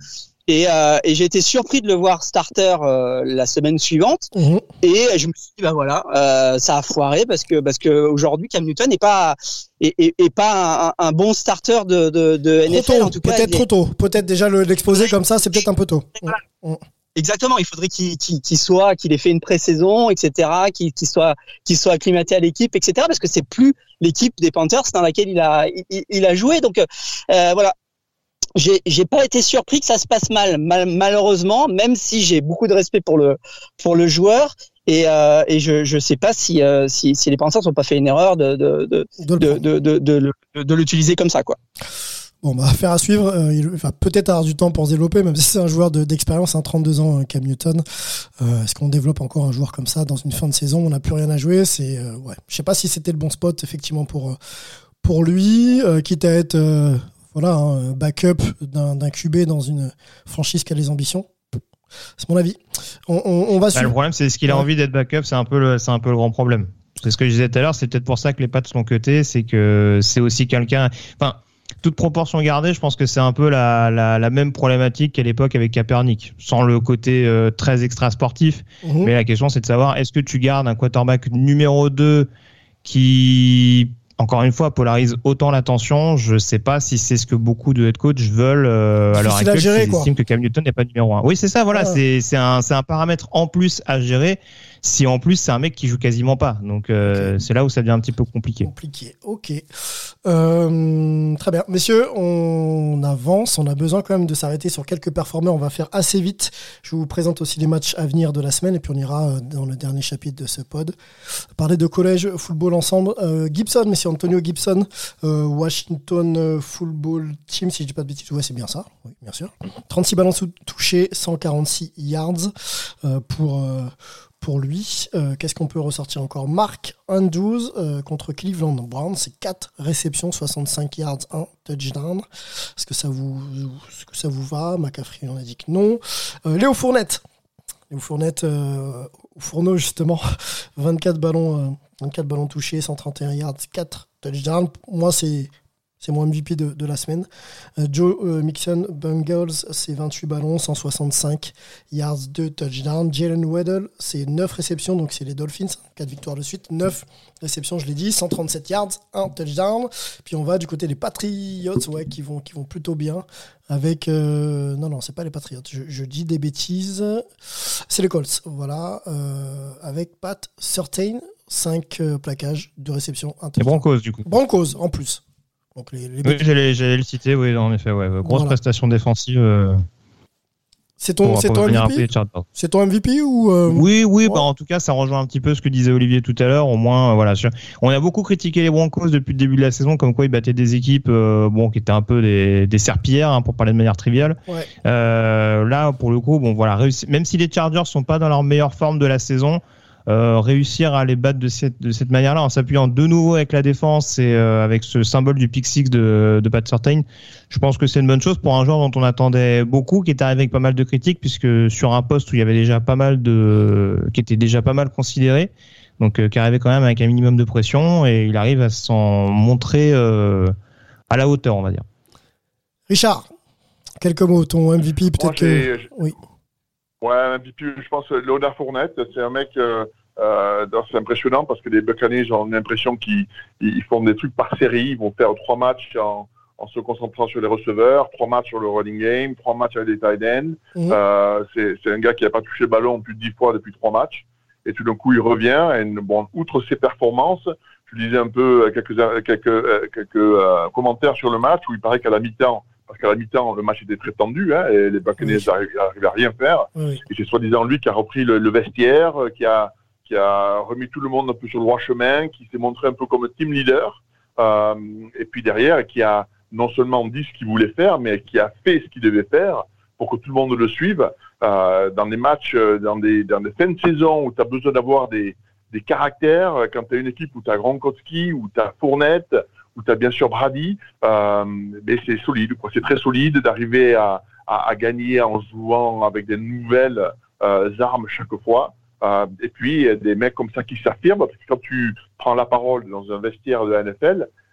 Et, euh, et j'ai été surpris de le voir starter euh, la semaine suivante. Mmh. Et je me suis dit bah voilà, euh, ça a foiré parce que parce que aujourd'hui Cam Newton n'est pas est, est, est pas un, un bon starter de de, de N F L tôt, en tout cas. Peut-être trop tôt. Peut-être déjà le, l'exposer ouais. comme ça, c'est peut-être un peu tôt. Voilà. Mmh. Exactement, il faudrait qu'il, qu'il, qu'il soit, qu'il ait fait une pré-saison, et cetera, qu'il, qu'il soit, qu'il soit acclimaté à l'équipe, et cetera. Parce que c'est plus l'équipe des Panthers dans laquelle il a, il, il a joué. Donc euh, voilà. J'ai, j'ai pas été surpris que ça se passe mal, mal, malheureusement, même si j'ai beaucoup de respect pour le, pour le joueur. Et, euh, et je, je sais pas si, euh, si, si les Panthers n'ont pas fait une erreur de, de, de, de, de, de, de, de, de, de l'utiliser comme ça, quoi. Bon, bah, affaire à suivre. Euh, il va peut-être avoir du temps pour se développer, même si c'est un joueur de, d'expérience, un trente-deux ans, Cam Newton. Euh, est-ce qu'on développe encore un joueur comme ça dans une fin de saison? On n'a plus rien à jouer. C'est, euh, ouais. Je sais pas si c'était le bon spot, effectivement, pour, pour lui, euh, quitte à être, euh, voilà, un backup d'un, d'un Q B dans une franchise qui a les ambitions. C'est mon avis. On, on, on va bah, suivre. Le problème, c'est ce qu'il a ouais. envie d'être backup, c'est un peu le, c'est un peu le grand problème. C'est ce que je disais tout à l'heure, c'est peut-être pour ça que les Pats sont cutés, c'est que c'est aussi quelqu'un, enfin, toute proportion gardée, je pense que c'est un peu la, la, la même problématique qu'à l'époque avec Kaepernick, sans le côté euh, très extra sportif. Mmh. Mais la question, c'est de savoir, est-ce que tu gardes un quarterback numéro deux qui, encore une fois, polarise autant l'attention? Je ne sais pas si c'est ce que beaucoup de head coach veulent euh, à l'heure actuelle. À gérer, ils estiment que Cam Newton n'est pas numéro un. Oui, c'est ça, voilà, ah. c'est, c'est, un, c'est un paramètre en plus à gérer. Si en plus c'est un mec qui joue quasiment pas, donc euh, okay. c'est là où ça devient un petit peu compliqué. Compliqué, ok. Euh, très bien, messieurs, on avance. On a besoin quand même de s'arrêter sur quelques performeurs. On va faire assez vite. Je vous présente aussi les matchs à venir de la semaine et puis on ira dans le dernier chapitre de ce pod parler de collège football ensemble. Euh, Gibson, messieurs, Antonio Gibson, euh, Washington Football Team, si je dis pas de bêtises, ouais, c'est bien ça. Oui, bien sûr. trente-six ballons touchés, cent quarante-six yards euh, pour euh, Pour lui, euh, qu'est-ce qu'on peut ressortir encore? Mark Andrews euh, contre Cleveland Browns, c'est quatre réceptions, soixante-cinq yards, un touchdown. Est-ce que ça vous, est-ce que ça vous va? McCaffrey, on a dit que non. Euh, Léo Fournette, Léo Fournette euh, au fourneau justement, vingt-quatre ballons, euh, vingt-quatre ballons touchés, cent trente et un yards, quatre touchdowns. Moi, c'est C'est mon M V P de, de la semaine. Euh, Joe euh, Mixon, Bengals, c'est vingt-huit ballons, cent soixante-cinq yards, deux touchdowns. Jalen Waddle, c'est neuf réceptions, donc c'est les Dolphins, quatre victoires de suite. neuf réceptions, je l'ai dit, cent trente-sept yards, un touchdown. Puis on va du côté des Patriots, ouais, qui vont, qui vont plutôt bien. Avec. Euh, non, non, c'est pas les Patriots. Je, je dis des bêtises. C'est les Colts, voilà. Euh, avec Pat Surtain, cinq euh, plaquages, deux réceptions, un touchdown. Et Broncos, du coup. Broncos, en plus. Donc les, les... Oui, j'allais, j'allais le citer, oui, en effet, ouais. Grosse voilà. prestation défensive. Euh, c'est ton, c'est ton M V P C'est ton M V P ou euh... Oui, oui, ouais. bah, en tout cas, ça rejoint un petit peu ce que disait Olivier tout à l'heure. Au moins, euh, voilà. Sur... On a beaucoup critiqué les Broncos depuis le début de la saison, comme quoi ils battaient des équipes euh, bon, qui étaient un peu des, des serpillères, hein, pour parler de manière triviale. Ouais. Euh, là, pour le coup, bon, voilà, réussi... même si les Chargers sont pas dans leur meilleure forme de la saison, Euh, réussir à les battre de cette, de cette manière-là en s'appuyant de nouveau avec la défense et euh, avec ce symbole du pick six de, de Pat Surtain, je pense que c'est une bonne chose pour un joueur dont on attendait beaucoup, qui est arrivé avec pas mal de critiques, puisque sur un poste où il y avait déjà pas mal de, qui était déjà pas mal considéré, donc euh, qui arrivait quand même avec un minimum de pression, et il arrive à s'en montrer euh, à la hauteur, on va dire. Richard, quelques mots, ton M V P peut-être. Moi, que je... oui. Ouais, M V P, je pense Léonard Fournette, c'est un mec, euh, euh, c'est impressionnant parce que les Buccaneers ont l'impression qu'ils ils font des trucs par série, ils vont faire trois matchs en, en se concentrant sur les receveurs, trois matchs sur le running game, trois matchs avec des tight ends. Mmh. Euh, c'est, c'est un gars qui n'a pas touché le ballon plus de dix fois depuis trois matchs, et tout d'un coup il revient, et bon, outre ses performances, je lisais un peu quelques, quelques, quelques euh, commentaires sur le match où il paraît qu'à la mi-temps, parce qu'à la mi-temps, le match était très tendu, hein, et les Buccaneers n'arrivaient oui. à rien faire. Oui. Et c'est soi-disant lui qui a repris le, le vestiaire, qui a, qui a remis tout le monde un peu sur le droit chemin, qui s'est montré un peu comme team leader. Euh, et puis derrière, qui a non seulement dit ce qu'il voulait faire, mais qui a fait ce qu'il devait faire pour que tout le monde le suive. Euh, dans des matchs, dans des, dans des fins de saison où tu as besoin d'avoir des, des caractères, quand tu as une équipe où tu as Gronkowski, où tu as Fournette, où tu as bien sûr Brady, euh, mais c'est solide, quoi. C'est très solide d'arriver à, à, à gagner en jouant avec des nouvelles euh, armes chaque fois. Euh, et puis, des mecs comme ça qui s'affirment, parce que quand tu prends la parole dans un vestiaire de la N F L,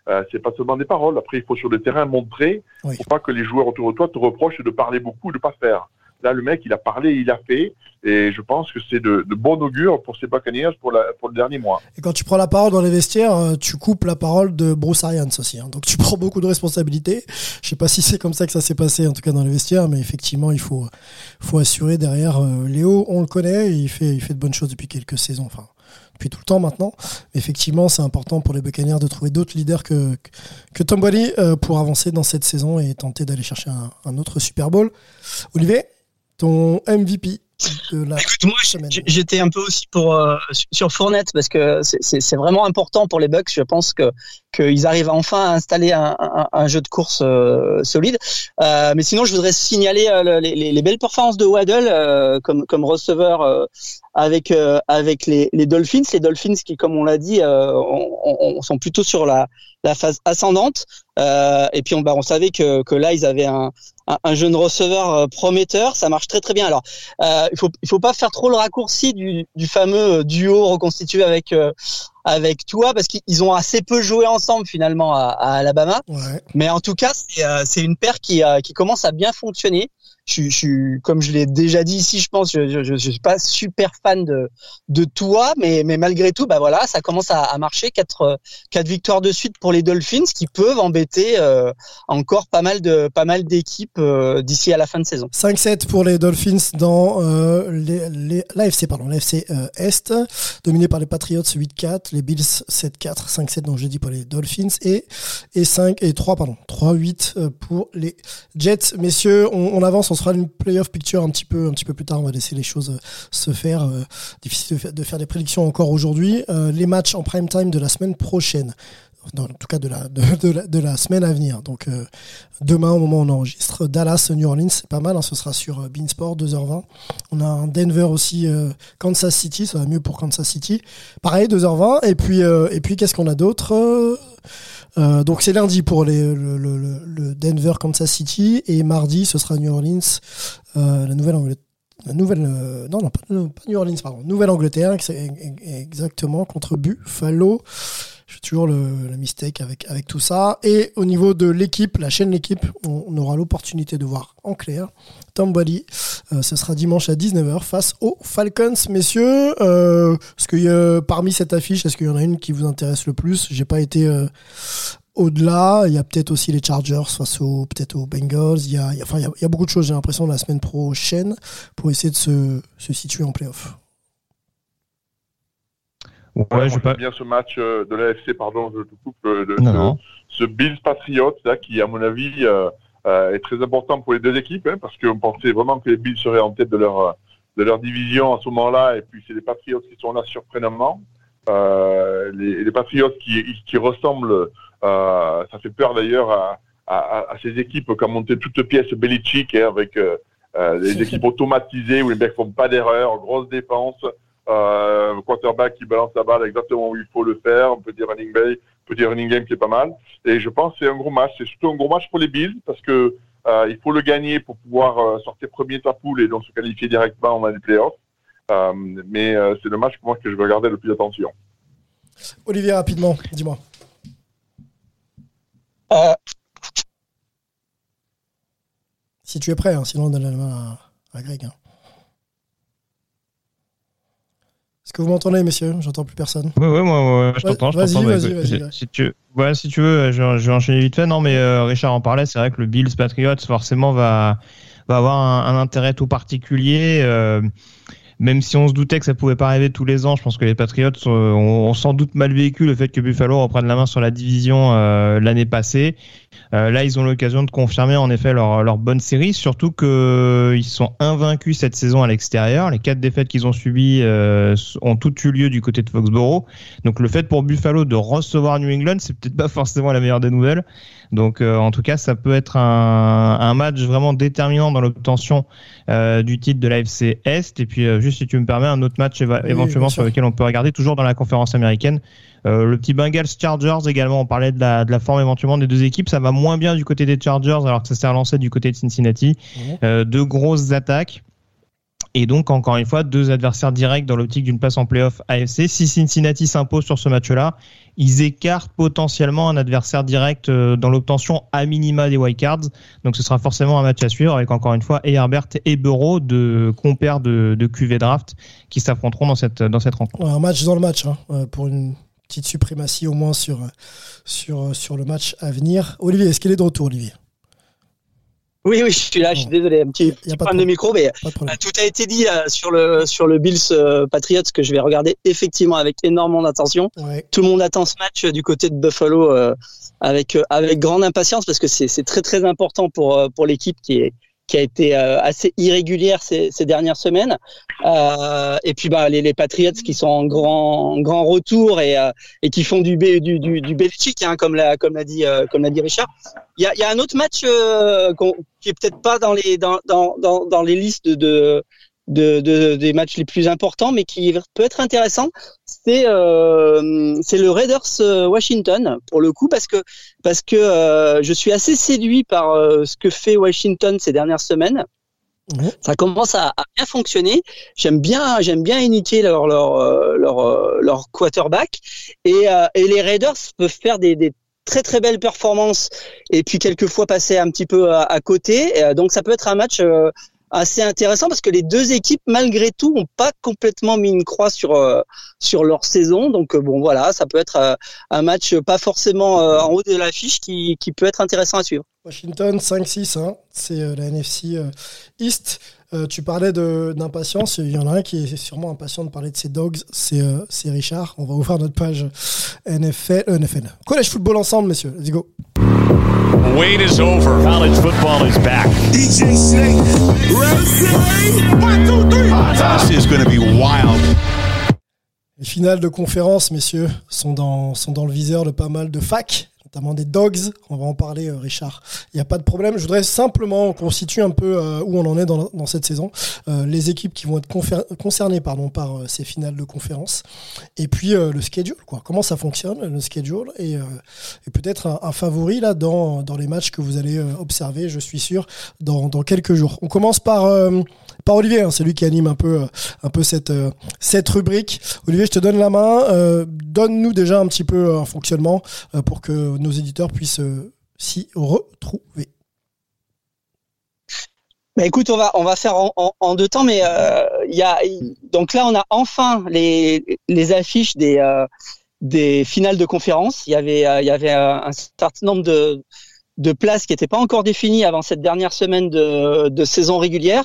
Euh, c'est pas seulement des paroles. Après, il faut sur le terrain montrer. Il oui. faut pas que les joueurs autour de toi te reprochent de parler beaucoup et de pas faire. Là, le mec, il a parlé, il a fait, et je pense que c'est de, de bon augure pour ces Buccaneers pour, la, pour le dernier mois. Et quand tu prends la parole dans les vestiaires, tu coupes la parole de Bruce Arians aussi. Hein. Donc tu prends beaucoup de responsabilités. Je sais pas si c'est comme ça que ça s'est passé, en tout cas dans les vestiaires, mais effectivement, il faut, faut assurer derrière. Euh, Léo, on le connaît, il fait, il fait de bonnes choses depuis quelques saisons, enfin depuis tout le temps maintenant. Mais effectivement, c'est important pour les Buccaneers de trouver d'autres leaders que, que, que Tom Brady euh, pour avancer dans cette saison et tenter d'aller chercher un, un autre Super Bowl. Olivier, ton M V P de la Écoute, moi, semaine. J'étais un peu aussi pour euh, sur Fournette parce que c'est, c'est, c'est vraiment important pour les Bucs. Je pense que qu'ils arrivent enfin à installer un, un, un jeu de course euh, solide. Euh, mais sinon, je voudrais signaler euh, les, les, les belles performances de Waddle euh, comme comme receveur euh, avec euh, avec les, les Dolphins. Les Dolphins qui, comme on l'a dit, euh, on, on, on sont plutôt sur la la phase ascendante. Euh, et puis on, bah, on savait que que là ils avaient un un, un jeune receveur prometteur. Ça marche très très bien. Alors euh, il faut il faut pas faire trop le raccourci du du fameux duo reconstitué avec euh, avec Tua parce qu'ils ont assez peu joué ensemble finalement à, à Alabama. Ouais. Mais en tout cas c'est euh, c'est une paire qui euh, qui commence à bien fonctionner. Je, je suis, comme je l'ai déjà dit ici, je pense, je, je, je suis pas super fan de de Tua, mais mais malgré tout, bah voilà, ça commence à, à marcher. Quatre quatre victoires de suite pour les Dolphins, qui peuvent embêter euh, encore pas mal de pas mal d'équipes euh, d'ici à la fin de saison. cinq sept pour les Dolphins dans euh, les, les l'A F C pardon, l'A F C euh, Est, dominé par les Patriots huit quatre, les Bills sept quatre, cinq sept donc j'ai dit pour les Dolphins et et cinq et trois pardon, trois huit pour les Jets. Messieurs, on, on avance. On sera une playoff picture un petit peu un petit peu plus tard. On va laisser les choses se faire. Euh, difficile de faire, de faire des prédictions encore aujourd'hui. Euh, les matchs en prime time de la semaine prochaine, non, en tout cas de la de, de la de la semaine à venir. Donc euh, demain au moment où on enregistre, Dallas New Orleans, c'est pas mal. Hein, ce sera sur euh, Beansport deux heures vingt. On a un Denver aussi, euh, Kansas City. Ça va mieux pour Kansas City. Pareil deux heures vingt. Et puis euh, et puis qu'est-ce qu'on a d'autre? euh, Euh, donc c'est lundi pour les, le, le, le Denver Kansas City et mardi ce sera New Orleans, euh, la nouvelle Angleterre, la nouvelle euh, non non pas, pas New Orleans pardon, Nouvelle Angleterre exactement contre Buffalo. Je fais toujours le, le mistake avec avec tout ça. Et au niveau de l'équipe, la chaîne l'équipe, on, on aura l'opportunité de voir en clair Tom Brady. Euh, ce sera dimanche à dix-neuf heures face aux Falcons, messieurs. Euh, est-ce que euh, parmi cette affiche, est-ce qu'il y en a une qui vous intéresse le plus? J'ai pas été euh, au-delà. Il y a peut-être aussi les Chargers face aux peut-être aux Bengals. Il y a, il y a enfin il y a, il y a beaucoup de choses. J'ai l'impression la semaine prochaine pour essayer de se se situer en play-off. Ouais, ouais, je pas bien ce match euh, de l'A F C, pardon, je te coupe, euh, de, non, de, non. ce Bills Patriots là, qui à mon avis euh, euh, est très important pour les deux équipes, hein, parce qu'on pensait vraiment que les Bills seraient en tête de leur de leur division à ce moment-là, et puis c'est les Patriots qui sont là surprenamment. Euh, les, les Patriots qui qui ressemblent, euh, ça fait peur d'ailleurs à, à, à ces équipes qui ont monté toutes pièces Belichick, hein, avec euh, euh, les équipes automatisées où les mecs font pas d'erreur, grosse défense. Euh, quarterback qui balance la balle exactement où il faut le faire, on peut dire running bay, on peut dire running game qui est pas mal. Et je pense que c'est un gros match, c'est surtout un gros match pour les Bills parce que euh, il faut le gagner pour pouvoir euh, sortir premier de sa poule et donc se qualifier directement dans les playoffs. Euh, mais euh, c'est le match pour moi que je vais regarder le plus attention. Olivier, rapidement, dis-moi. Euh... Si tu es prêt, hein, sinon on donne la main à, à Greg. Hein. Est-ce que vous m'entendez, messieurs? J'entends plus personne. Oui, oui, moi, ouais, je t'entends. Je vas-y, t'entends, vas-y, bah, vas-y, vas-y. Si tu, ouais, si tu veux, je, je vais enchaîner vite fait. Non, mais euh, Richard en parlait. C'est vrai que le Bills Patriots forcément va va avoir un, un intérêt tout particulier. Euh, même si on se doutait que ça pouvait pas arriver tous les ans, je pense que les Patriots euh, ont, ont sans doute mal vécu le fait que Buffalo reprenne la main sur la division euh, l'année passée. Euh, là, ils ont l'occasion de confirmer en effet leur, leur bonne série, surtout qu'ils sont invaincus cette saison à l'extérieur. Les quatre défaites qu'ils ont subies euh, ont toutes eu lieu du côté de Foxborough. Donc le fait pour Buffalo de recevoir New England, c'est peut-être pas forcément la meilleure des nouvelles. Donc euh, en tout cas, ça peut être un, un match vraiment déterminant dans l'obtention euh, du titre de l'A F C Est. Et puis euh, juste si tu me permets, un autre match éva- oui, éventuellement sur lequel on peut regarder, toujours dans la conférence américaine. Euh, le petit Bengals Chargers également, on parlait de la, de la forme éventuellement des deux équipes. Ça va moins bien du côté des Chargers alors que ça s'est relancé du côté de Cincinnati. Mmh. Euh, deux grosses attaques. Et donc, encore une fois, deux adversaires directs dans l'optique d'une place en play-off A F C. Si Cincinnati s'impose sur ce match-là, ils écartent potentiellement un adversaire direct dans l'obtention à minima des wildcards. Donc, ce sera forcément un match à suivre avec, encore une fois, et Herbert et Burrow, de compères de, de Q V Draft, qui s'affronteront dans cette, dans cette rencontre. Un match dans le match, hein, pour une petite suprématie au moins sur, sur, sur le match à venir. Olivier, est-ce qu'il est de retour, Olivier ? Oui, oui, je suis là, je suis désolé, un petit, petit problème de, de micro, mais euh, tout a été dit euh, sur le sur le Bills euh, Patriots que je vais regarder effectivement avec énormément d'attention. Ouais. Tout le monde attend ce match euh, du côté de Buffalo euh, avec euh, avec grande impatience parce que c'est c'est très très important pour euh, pour l'équipe qui est qui a été euh, assez irrégulière ces, ces dernières semaines. Euh, et puis bah les, les Patriots qui sont en grand en grand retour et euh, et qui font du du du, du Belichick hein, comme l'a comme l'a dit euh, comme l'a dit Richard. Il y a il y a un autre match euh, qui est peut-être pas dans les dans dans dans, dans les listes de de, de des matchs les plus importants, mais qui peut être intéressant. C'est euh, c'est le Raiders Washington pour le coup parce que parce que euh, je suis assez séduit par euh, ce que fait Washington ces dernières semaines. Mmh. Ça commence à, à bien fonctionner. J'aime bien j'aime bien imiter leur leur leur leur quarterback et euh, et les Raiders peuvent faire des des très très belles performances et puis quelquefois passer un petit peu à, à côté. Et donc ça peut être un match euh, assez intéressant parce que les deux équipes malgré tout ont pas complètement mis une croix sur euh, sur leur saison. Donc euh, bon voilà, ça peut être euh, un match pas forcément euh, en haut de l'affiche qui qui peut être intéressant à suivre. Washington cinq six, hein, c'est euh, la N F C euh, East. Euh, tu parlais de, d'impatience, il y en a un qui est sûrement impatient de parler de ses dogs, c'est, euh, c'est Richard. On va ouvrir notre page N F L, euh, N F L. College football ensemble, messieurs. Let's go. Wait is over. College football is back. D J Snake, ready? One, two, three. This is going to be wild. Les finales de conférence, messieurs, sont dans, sont dans le viseur de pas mal de facs, notamment des Dogs. On va en parler, euh, Richard. Il n'y a pas de problème. Je voudrais simplement qu'on situe un peu euh, où on en est dans, dans cette saison. Euh, les équipes qui vont être confér- concernées pardon, par euh, ces finales de conférence. Et puis euh, le schedule, quoi. Comment ça fonctionne, le schedule. Et, euh, et peut-être un, un favori là, dans, dans les matchs que vous allez euh, observer, je suis sûr, dans, dans quelques jours. On commence par, euh, par Olivier. Hein, c'est lui qui anime un peu, euh, un peu cette, euh, cette rubrique. Olivier, je te donne la main. Euh, donne-nous déjà un petit peu un fonctionnement euh, pour que nos éditeurs puissent euh, s'y retrouver. Bah écoute, on va on va faire en, en, en deux temps, mais il euh, y a donc là on a enfin les les affiches des euh, des finales de conférence. Il y avait il euh, y avait un certain nombre de de places qui n'étaient pas encore définies avant cette dernière semaine de de saison régulière.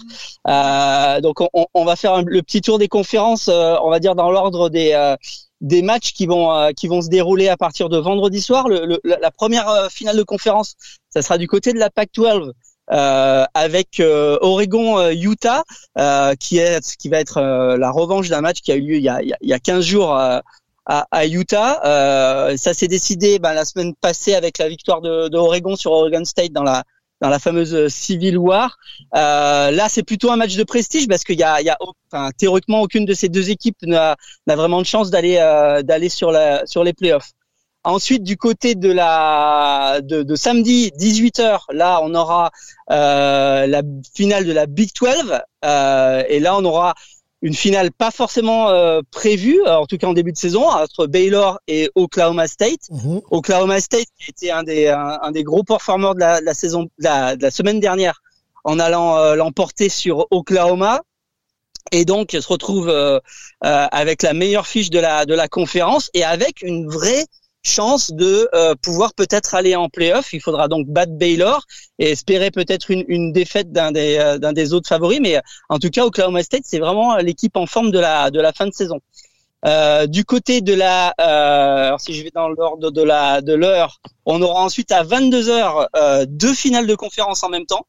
Euh, donc on, on va faire un, le petit tour des conférences, euh, on va dire dans l'ordre des euh, des matchs qui vont euh, qui vont se dérouler à partir de vendredi soir. Le, le, la première euh, finale de conférence, ça sera du côté de la Pac douze euh, avec euh, Oregon euh, Utah euh, qui est qui va être euh, la revanche d'un match qui a eu lieu il y a il y a quinze jours euh, à, à Utah. Euh, ça s'est décidé ben, la semaine passée avec la victoire de, de Oregon sur Oregon State dans la dans la fameuse Civil War. Euh, là, c'est plutôt un match de prestige parce qu'il y a, il y a, enfin, théoriquement, aucune de ces deux équipes n'a, n'a vraiment de chance d'aller, euh, d'aller sur la, sur les playoffs. Ensuite, du côté de la, de, de samedi dix-huit heures, là, on aura euh, la finale de la Big douze, euh, et là, on aura une finale pas forcément euh, prévue, en tout cas en début de saison, entre Baylor et Oklahoma State. Mmh. Oklahoma State qui a été un des un, un des gros performeurs de la, de la saison de la, de la semaine dernière en allant euh, l'emporter sur Oklahoma, et donc se retrouve euh, euh, avec la meilleure fiche de la de la conférence et avec une vraie chance de euh, pouvoir peut-être aller en play-off. Il faudra donc battre Baylor et espérer peut-être une, une défaite d'un des, euh, d'un des autres favoris. Mais en tout cas, Oklahoma State, c'est vraiment l'équipe en forme de la, de la fin de saison. Euh, du côté de la, euh, alors si je vais dans l'ordre de la, de l'heure, on aura ensuite à vingt-deux heures euh, deux finales de conférence en même temps.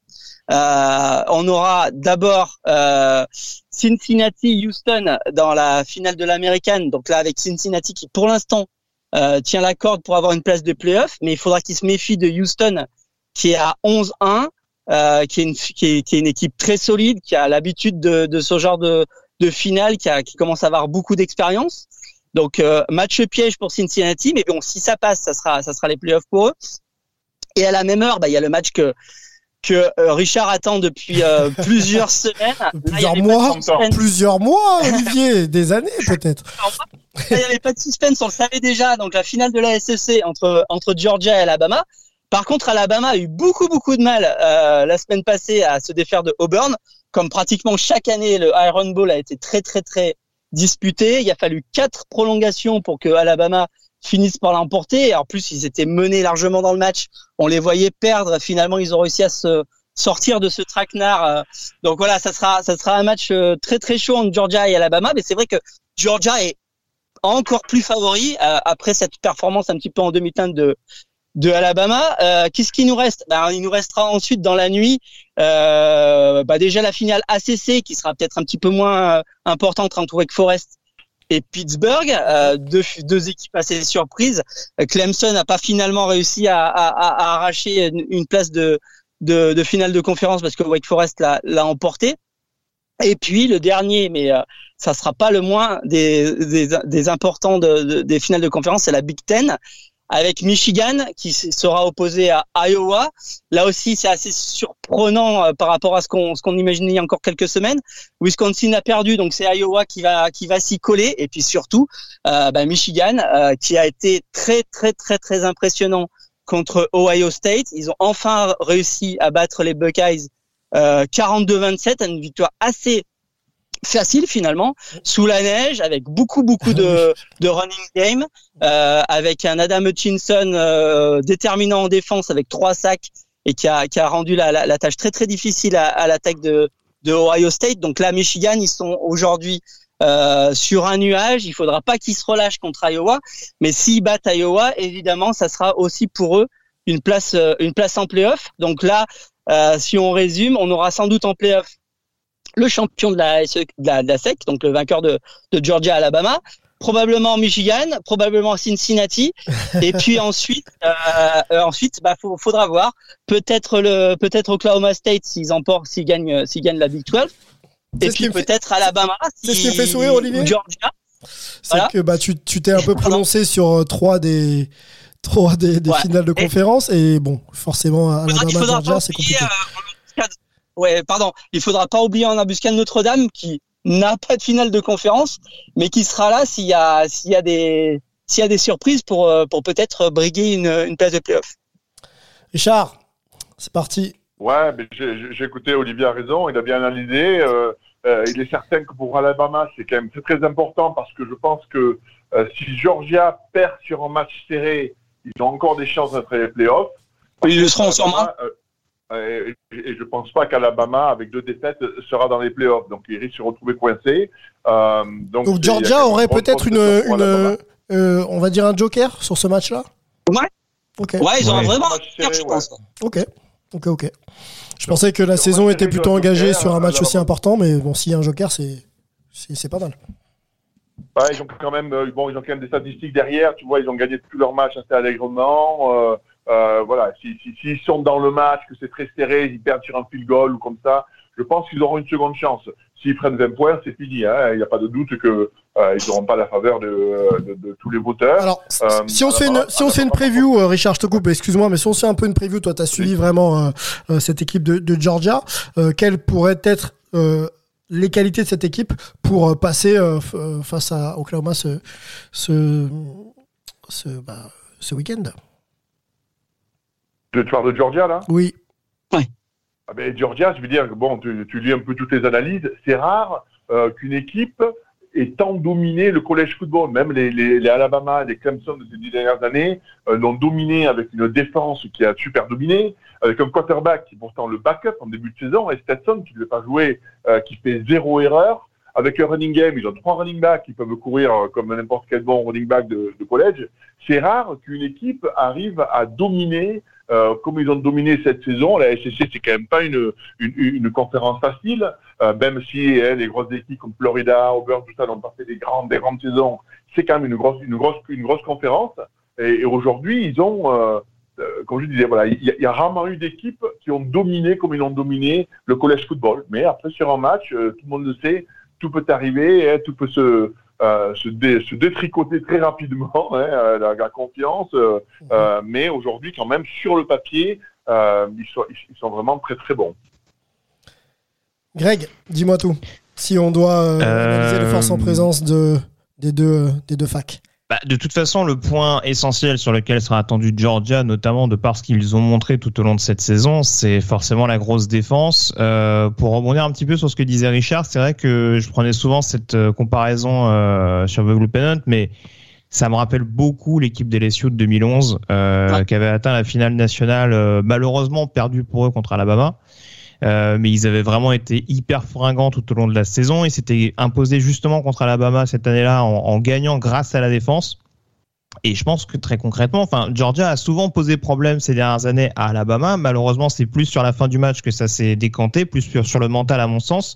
Euh, on aura d'abord euh, Cincinnati-Houston dans la finale de l'American. Donc là, avec Cincinnati qui, pour l'instant, Euh, tient la corde pour avoir une place de play-off, mais il faudra qu'il se méfie de Houston qui est à onze un, euh, qui est une qui est, qui est une équipe très solide, qui a l'habitude de, de ce genre de de finale, qui a qui commence à avoir beaucoup d'expérience. Donc euh, match piège pour Cincinnati, mais bon, si ça passe, ça sera ça sera les play-offs pour eux. Et à la même heure, bah il y a le match que que euh, Richard attend depuis euh, plusieurs semaines. Plusieurs là, mois, de plusieurs mois, Olivier, des années peut-être. Là, il n'y avait pas de suspense, on le savait déjà. Donc la finale de la S E C entre entre Georgia et Alabama. Par contre, Alabama a eu beaucoup beaucoup de mal euh, la semaine passée à se défaire de Auburn. Comme pratiquement chaque année, le Iron Bowl a été très très très disputé. Il a fallu quatre prolongations pour que Alabama finisse par l'emporter. Et en plus, ils étaient menés largement dans le match. On les voyait perdre. Finalement, ils ont réussi à se sortir de ce traquenard. Donc voilà, ça sera ça sera un match très très chaud entre Georgia et Alabama. Mais c'est vrai que Georgia est encore plus favori euh, après cette performance un petit peu en demi-teinte de de Alabama. Euh, qu'est-ce qui nous reste? Ben, il nous restera ensuite dans la nuit euh, bah déjà la finale A C C qui sera peut-être un petit peu moins euh, importante entre Wake Forest et Pittsburgh, euh, deux, deux équipes assez surprises. Clemson n'a pas finalement réussi à, à, à arracher une, une place de, de, de finale de conférence parce que Wake Forest l'a, l'a emporté. Et puis le dernier, mais euh, ça sera pas le moins des, des, des importants de, de, des finales de conférence, c'est la Big Ten, avec Michigan qui sera opposé à Iowa. Là aussi, c'est assez surprenant euh, par rapport à ce qu'on, ce qu'on imaginait il y a encore quelques semaines. Wisconsin a perdu, donc c'est Iowa qui va, qui va s'y coller. Et puis surtout, euh, bah, Michigan euh, qui a été très, très, très, très impressionnant contre Ohio State. Ils ont enfin réussi à battre les Buckeyes euh, quarante-deux vingt-sept, une victoire assez facile finalement, sous la neige, avec beaucoup beaucoup de, de running game, euh, avec un Adam Hutchinson euh, déterminant en défense avec trois sacs et qui a qui a rendu la, la, la tâche très très difficile à, à l'attaque de de Ohio State. Donc là, Michigan, ils sont aujourd'hui euh, sur un nuage. Il faudra pas qu'ils se relâchent contre Iowa, mais s'ils battent Iowa, évidemment, ça sera aussi pour eux une place euh, une place en play-off. Donc là, euh, si on résume, on aura sans doute en play-off le champion de la, de la, de la S E C, donc le vainqueur de, de Georgia Alabama, probablement Michigan, probablement Cincinnati, et puis ensuite, euh, ensuite, bah, faut, faudra voir. Peut-être le, peut-être Oklahoma State s'ils emportent, s'ils gagnent, s'ils gagnent la Big douze, et puis peut-être fait... Alabama. Si... C'est ce qui me fait sourire, Olivier. Georgia. C'est voilà. que bah tu, tu t'es un peu prononcé sur trois des trois des, des ouais. finales de conférence, et bon, forcément Alabama, Georgia, c'est compliqué. Euh, Ouais, pardon. Il faudra pas oublier en embuscade Notre-Dame qui n'a pas de finale de conférence, mais qui sera là s'il y a s'il y a des s'il y a des surprises pour pour peut-être briguer une une place de play-off. Richard, c'est parti. Ouais, mais j'ai, j'ai écouté, Olivier a raison, il a bien analysé. Euh, euh, il est certain que pour Alabama, c'est quand même très très important parce que je pense que euh, si Georgia perd sur un match serré, ils ont encore des chances d'entrer les play-offs. Ils le seront sûrement. Euh, Et je ne pense pas qu'Alabama, avec deux défaites, sera dans les playoffs. Donc, il risque de se retrouver coincé. Euh, donc, donc Georgia aurait peut-être une, une euh, on va dire un joker sur ce match-là. Ouais. Okay. Ouais, ils ont ouais. vraiment un joker, je pense. Ok. Ok, ok. Je donc, pensais que la saison était plutôt engagée sur un match aussi important, mais bon, s'il y a un joker, c'est, c'est, c'est pas mal. Ouais, ils ont quand même, bon, ils ont quand même des statistiques derrière. Tu vois, ils ont gagné tous leurs matchs assez allègrement. Euh, Euh, voilà, s'ils si, si, si sont dans le match, que c'est très serré, ils perdent sur un field goal ou comme ça, je pense qu'ils auront une seconde chance. S'ils prennent vingt points, c'est fini. Hein. Il n'y a pas de doute qu'ils euh, n'auront pas la faveur de, de, de tous les voteurs. Alors, euh, si on se fait une, si on se fait une preview, euh, Richard, je te coupe, excuse-moi, mais si on se fait un peu une preview, toi, tu as suivi oui. vraiment euh, euh, cette équipe de, de Georgia. Euh, quelles pourraient être euh, les qualités de cette équipe pour euh, passer euh, f- face à Oklahoma ce, ce, ce, bah, ce week-end? Tu parles de Georgia, là? Oui. Ouais. Ah ben, Georgia, je veux dire, bon, tu, tu lis un peu toutes les analyses, c'est rare euh, qu'une équipe ait tant dominé le college football. Même les, les, les Alabama et les Clemson de ces dix dernières années euh, l'ont dominé avec une défense qui a super dominé, avec un quarterback qui est pourtant le backup en début de saison, et Stetson qui ne devait pas jouer, euh, qui fait zéro erreur. Avec un running game, ils ont trois running backs qui peuvent courir euh, comme n'importe quel bon running back de, de college. C'est rare qu'une équipe arrive à dominer Euh, comme ils ont dominé cette saison. La S E C, c'est quand même pas une, une, une conférence facile, euh, même si hein, les grosses équipes comme Florida, Auburn, tout ça n'ont pas fait des grandes, des grandes saisons. C'est quand même une grosse, une grosse, une grosse conférence. Et, et aujourd'hui, ils ont, euh, euh, comme je disais, voilà, il y, y a rarement eu d'équipes qui ont dominé comme ils ont dominé le college football. Mais après, sur un match, euh, tout le monde le sait, tout peut arriver, hein, tout peut se Euh, se, dé, se détricoter très rapidement, hein, la, la confiance. Euh, euh, mais aujourd'hui, quand même, sur le papier, euh, ils, sont, ils sont vraiment très très bons. Greg, dis-moi tout. Si on doit euh, euh... analyser les forces en présence de, des, deux, des deux facs. Bah, de toute façon, le point essentiel sur lequel sera attendu Georgia, notamment de par ce qu'ils ont montré tout au long de cette saison, c'est forcément la grosse défense. Euh, pour rebondir un petit peu sur ce que disait Richard, c'est vrai que je prenais souvent cette euh, comparaison euh, sur The Blue Pennant, mais ça me rappelle beaucoup l'équipe des L S U de deux mille onze, euh, ouais. qui avait atteint la finale nationale, euh, malheureusement perdue pour eux contre Alabama. Euh, mais ils avaient vraiment été hyper fringants tout au long de la saison. Ils s'étaient imposés justement contre Alabama cette année-là en, en gagnant grâce à la défense. Et je pense que très concrètement, enfin, Georgia a souvent posé problème ces dernières années à Alabama. Malheureusement, c'est plus sur la fin du match que ça s'est décanté, plus sur, sur le mental à mon sens.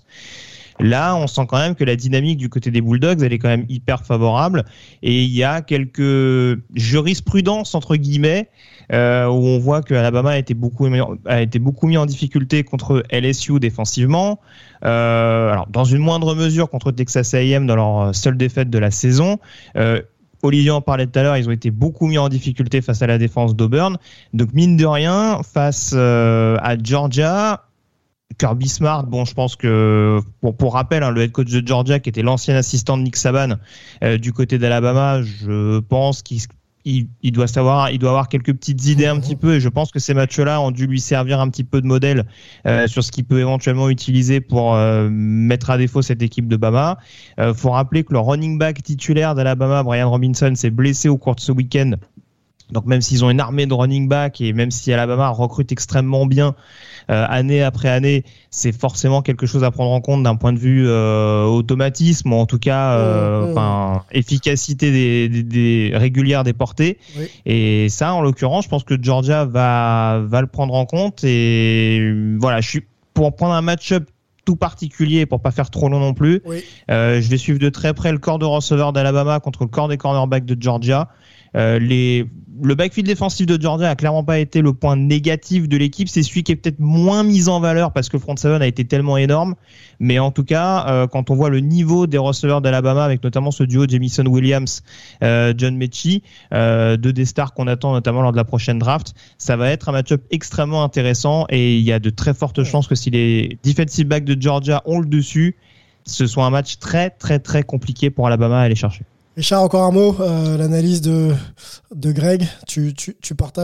Là, on sent quand même que la dynamique du côté des Bulldogs, elle est quand même hyper favorable. Et il y a quelques jurisprudences, entre guillemets, euh, où on voit que Alabama a été beaucoup, a été beaucoup mis en difficulté contre L S U défensivement. Euh, alors, dans une moindre mesure contre Texas A and M dans leur seule défaite de la saison. Euh, Olivier en parlait tout à l'heure, ils ont été beaucoup mis en difficulté face à la défense d'Auburn. Donc, mine de rien, face euh, à Georgia, Kirby Smart, bon, je pense que pour, pour rappel, hein, le head coach de Georgia, qui était l'ancien assistant de Nick Saban euh, du côté d'Alabama, je pense qu'il il, il doit savoir, il doit avoir quelques petites idées un petit peu, et je pense que ces matchs-là ont dû lui servir un petit peu de modèle euh, sur ce qu'il peut éventuellement utiliser pour euh, mettre à défaut cette équipe de Bama. Euh, faut rappeler que le running back titulaire d'Alabama, Brian Robinson, s'est blessé au cours de ce week-end. Donc même s'ils ont une armée de running back et même si Alabama recrute extrêmement bien euh, année après année, c'est forcément quelque chose à prendre en compte d'un point de vue euh, automatisme ou en tout cas euh, enfin mmh. efficacité des, des, des régulière des portées. Oui. Et ça, en l'occurrence, je pense que Georgia va va le prendre en compte. Et voilà, je suis pour prendre un match-up tout particulier pour pas faire trop long non plus. Oui. Euh, je vais suivre de très près le corps de receveur d'Alabama contre le corps des cornerbacks de Georgia. Euh, les, le backfield défensif de Georgia a clairement pas été le point négatif de l'équipe. C'est celui qui est peut-être moins mis en valeur parce que le front seven a été tellement énorme. Mais en tout cas, euh, quand on voit le niveau des receveurs d'Alabama, avec notamment ce duo Jamison Williams, euh, John Mechie, euh, deux des stars qu'on attend notamment lors de la prochaine draft, ça va être un match-up extrêmement intéressant et il y a de très fortes chances que si les defensive backs de Georgia ont le dessus, ce soit un match très très très compliqué pour Alabama à aller chercher. Richard, encore un mot, euh, l'analyse de, de Greg, tu, tu, tu partages ?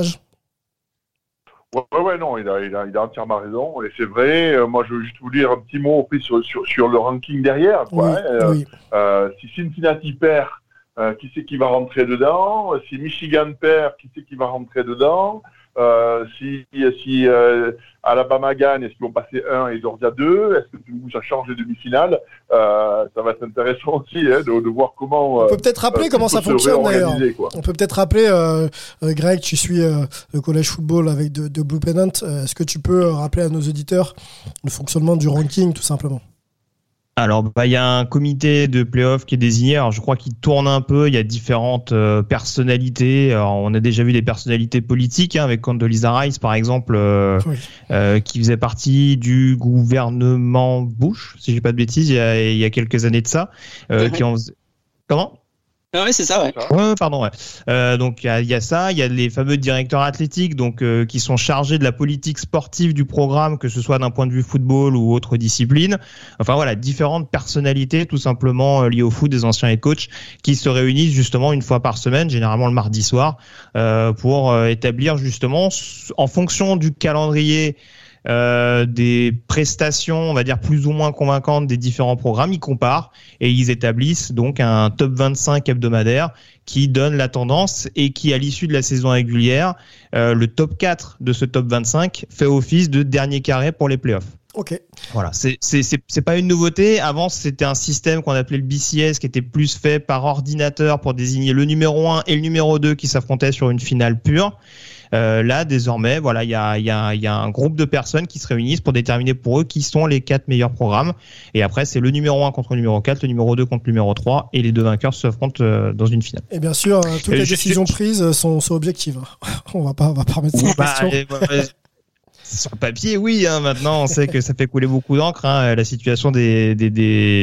Ouais, ouais, non, il a, il a, il a entièrement raison, et c'est vrai. Euh, moi, je veux juste vous dire un petit mot sur, sur, sur le ranking derrière, quoi. Oui, hein. oui. Euh, si Cincinnati perd, euh, qui c'est qui va rentrer dedans ? Si Michigan perd, qui c'est qui va rentrer dedans ? Euh, si si euh, Alabama gagne, est-ce qu'ils vont passer un et Georgia deux ? Est-ce que du coup ça change les demi-finales ? euh, Ça va être intéressant aussi hein, de, de voir comment. On peut peut-être rappeler euh, comment ça fonctionne d'ailleurs. Quoi. On peut peut-être rappeler, euh, euh, Greg, tu suis euh, le college football avec de, de Blue Pennant. Euh, est-ce que tu peux rappeler à nos auditeurs le fonctionnement du ranking tout simplement ? Alors, bah, il y a un comité de playoff qui est désigné. Alors, je crois qu'il tourne un peu. Il y a différentes euh, personnalités. Alors, on a déjà vu des personnalités politiques, hein, avec Condoleezza Rice, par exemple, euh, oui. euh, qui faisait partie du gouvernement Bush, si j'ai pas de bêtises, il y a, il y a quelques années de ça. Euh, qui en... Comment ? Ah oui, c'est ça, ouais. Ouais, pardon, ouais. Euh, donc, il y a, y a ça, il y a les fameux directeurs athlétiques, donc, euh, qui sont chargés de la politique sportive du programme, que ce soit d'un point de vue football ou autre discipline. Enfin, voilà, différentes personnalités, tout simplement, euh, liées au foot, des anciens head coachs, qui se réunissent justement une fois par semaine, généralement le mardi soir, euh, pour euh, établir justement, en fonction du calendrier, Euh, des prestations, on va dire plus ou moins convaincantes des différents programmes, ils comparent et ils établissent donc un top vingt-cinq hebdomadaire qui donne la tendance et qui, à l'issue de la saison régulière, euh, le top quatre de ce top vingt-cinq fait office de dernier carré pour les playoffs. Ok. Voilà, c'est c'est c'est c'est pas une nouveauté. Avant, c'était un système qu'on appelait le B C S, qui était plus fait par ordinateur pour désigner le numéro un et le numéro deux qui s'affrontaient sur une finale pure. Euh, là, désormais, voilà, il y a, il y a, il y a un groupe de personnes qui se réunissent pour déterminer pour eux qui sont les quatre meilleurs programmes. Et après, c'est le numéro un contre le numéro quatre, le numéro deux contre le numéro trois, et les deux vainqueurs s'affrontent euh, dans une finale. Et bien sûr, euh, toutes et les je, décisions je, prises sont, sont objectives. On va pas, on va pas remettre ça en bah, question. Bah, bah, sur le papier, oui. Hein, maintenant, on sait que ça fait couler beaucoup d'encre. Hein, la situation des, des, des,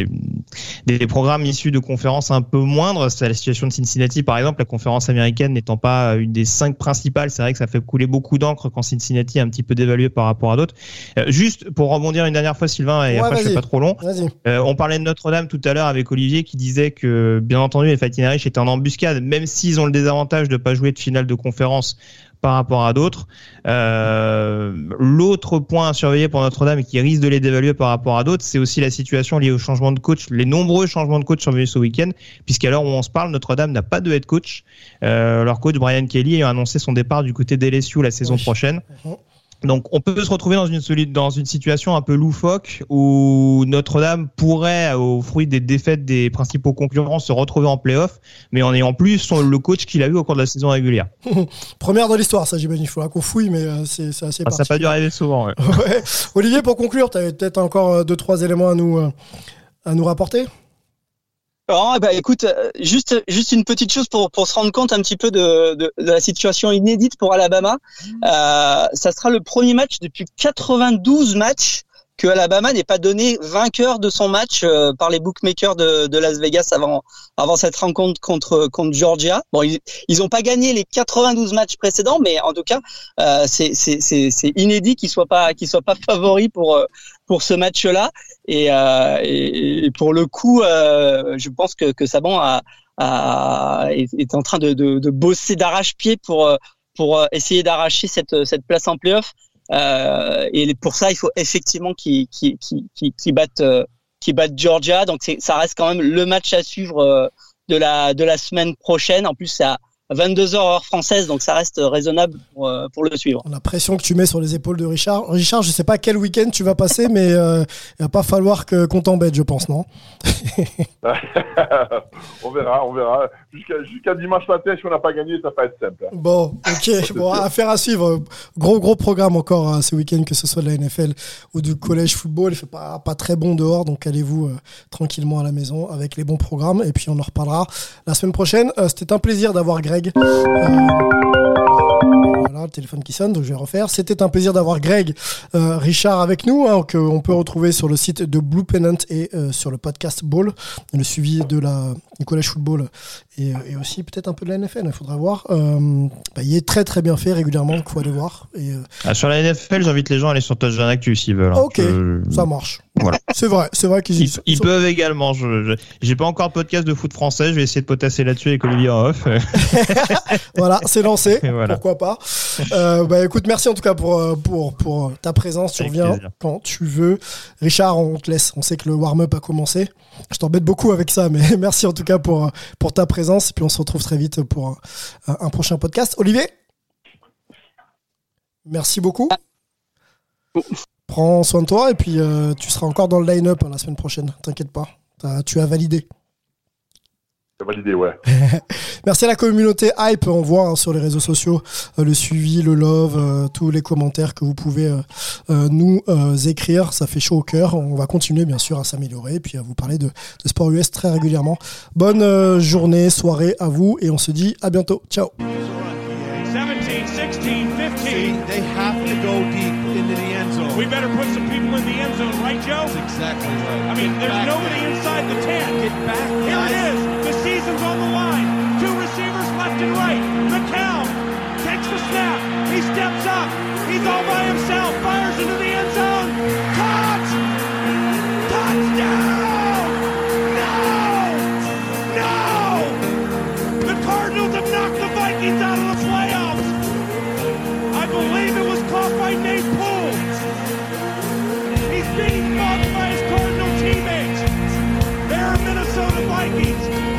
des programmes issus de conférences un peu moindres. C'est la situation de Cincinnati, par exemple, la conférence américaine n'étant pas une des cinq principales. C'est vrai que ça fait couler beaucoup d'encre quand Cincinnati est un petit peu dévalué par rapport à d'autres. Euh, juste pour rebondir une dernière fois, Sylvain, et ouais, après vas-y. Je fais pas trop long. Euh, on parlait de Notre-Dame tout à l'heure avec Olivier qui disait que, bien entendu, les Fighting Irish étaient en embuscade, même s'ils ont le désavantage de pas jouer de finale de conférence par rapport à d'autres. Euh, l'autre point à surveiller pour Notre-Dame et qui risque de les dévaluer par rapport à d'autres, c'est aussi la situation liée au changement de coach, les nombreux changements de coach survenus ce week-end, puisqu'à l'heure où on se parle, Notre-Dame n'a pas de head coach. Euh, leur coach Brian Kelly a annoncé son départ du côté d'L S U la saison oui. prochaine. Uh-huh. Donc, on peut se retrouver dans une solide, dans une situation un peu loufoque où Notre-Dame pourrait, au fruit des défaites des principaux concurrents, se retrouver en play-off, mais en ayant plus son, le coach qu'il a eu au cours de la saison régulière. Première dans l'histoire, ça, j'imagine. Il faudra qu'on fouille, mais c'est, c'est assez. Ah, ça n'a pas dû arriver souvent. Ouais. Ouais. Olivier, pour conclure, tu avais peut-être encore deux, trois éléments à nous, à nous rapporter. Oh, bah, écoute, juste, juste une petite chose pour, pour se rendre compte un petit peu de, de, de la situation inédite pour Alabama. Euh, ça sera le premier match depuis quatre-vingt-douze matchs que Alabama n'ait pas donné vainqueur de son match euh, par les bookmakers de, de Las Vegas avant, avant cette rencontre contre, contre Georgia. Bon, ils, ils ont pas gagné les quatre-vingt-douze matchs précédents, mais en tout cas, euh, c'est, c'est, c'est, c'est inédit qu'ils soient pas, qu'ils soient pas favoris pour, pour ce match-là. Et, euh, et, et pour le coup, euh, je pense que, que Saban a, a, est, est en train de, de, de bosser d'arrache-pied pour, pour essayer d'arracher cette, cette place en play-off. Euh, et pour ça, il faut effectivement qu'ils, qu'ils, qu'ils, qu'ils battent, euh, qu'ils battent Georgia. Donc, c'est, ça reste quand même le match à suivre euh, de la de la semaine prochaine. En plus, c'est à vingt-deux heures heure française, donc ça reste raisonnable pour, euh, pour le suivre. La pression que tu mets sur les épaules de Richard. Richard, je sais pas quel week-end tu vas passer, mais euh, il va pas falloir que, qu'on t'embête, je pense, non? On verra, on verra. Jusqu'à, jusqu'à dimanche matin, si on n'a pas gagné, ça va être simple. Bon, ok. Bon, affaire à suivre. Gros, gros programme encore hein, ce week-end, que ce soit de la N F L ou du college football. Il fait pas, pas très bon dehors, donc allez-vous euh, tranquillement à la maison avec les bons programmes. Et puis on en reparlera la semaine prochaine. Euh, c'était un plaisir d'avoir Greg. Euh, voilà, le téléphone qui sonne, donc je vais refaire. C'était un plaisir d'avoir Greg euh, Richard avec nous, hein, qu'on peut retrouver sur le site de Blue Pennant et euh, sur le podcast Ball, le suivi de la du college football et, et aussi peut-être un peu de la N F L, il faudra voir. Euh, bah, il est très très bien fait régulièrement, il faut aller voir. Et, euh... ah, sur la N F L, j'invite les gens à aller sur Touchdown Actu s'ils veulent. Hein. Ok, je... ça marche. Voilà. C'est vrai, c'est vrai qu'ils ils, ils sont... peuvent également. Je, je, j'ai pas encore de podcast de foot français, je vais essayer de potasser là-dessus avec Olivier en off. Voilà, c'est lancé. Voilà. Pourquoi pas. Euh, bah écoute, merci en tout cas pour pour pour ta présence. Tu reviens quand tu veux. Richard, on te laisse. On sait que le warm-up a commencé. Je t'embête beaucoup avec ça, mais merci en tout cas pour pour ta présence. Et puis on se retrouve très vite pour un, un prochain podcast. Olivier, merci beaucoup. Prends soin de toi et puis euh, tu seras encore dans le line-up hein, la semaine prochaine. T'inquiète pas. T'as, tu as validé. J'ai validé, ouais. Merci à la communauté Hype. On voit hein, sur les réseaux sociaux euh, le suivi, le love, euh, tous les commentaires que vous pouvez euh, euh, nous euh, écrire. Ça fait chaud au cœur. On va continuer bien sûr à s'améliorer et puis à vous parler de, de sport U S très régulièrement. Bonne euh, journée, soirée à vous et on se dit à bientôt. Ciao. seventeen, sixteen, fifteen. See, they have to go deep into the end zone. We better put some people in the end zone, right, Joe? That's exactly right. I mean, Get there's nobody in. inside the ten. Get back. Here guys. It is. The season's on the line. Two receivers left and right. McCown takes the snap. He steps up. He's all by himself. Fires into the end zone. Caught! Touchdown! No! No! The Cardinals have knocked the Vikings out of the playoffs. I believe it was caught by Nate Poole. He's being mocked by his Cardinal teammates. They're Minnesota Vikings.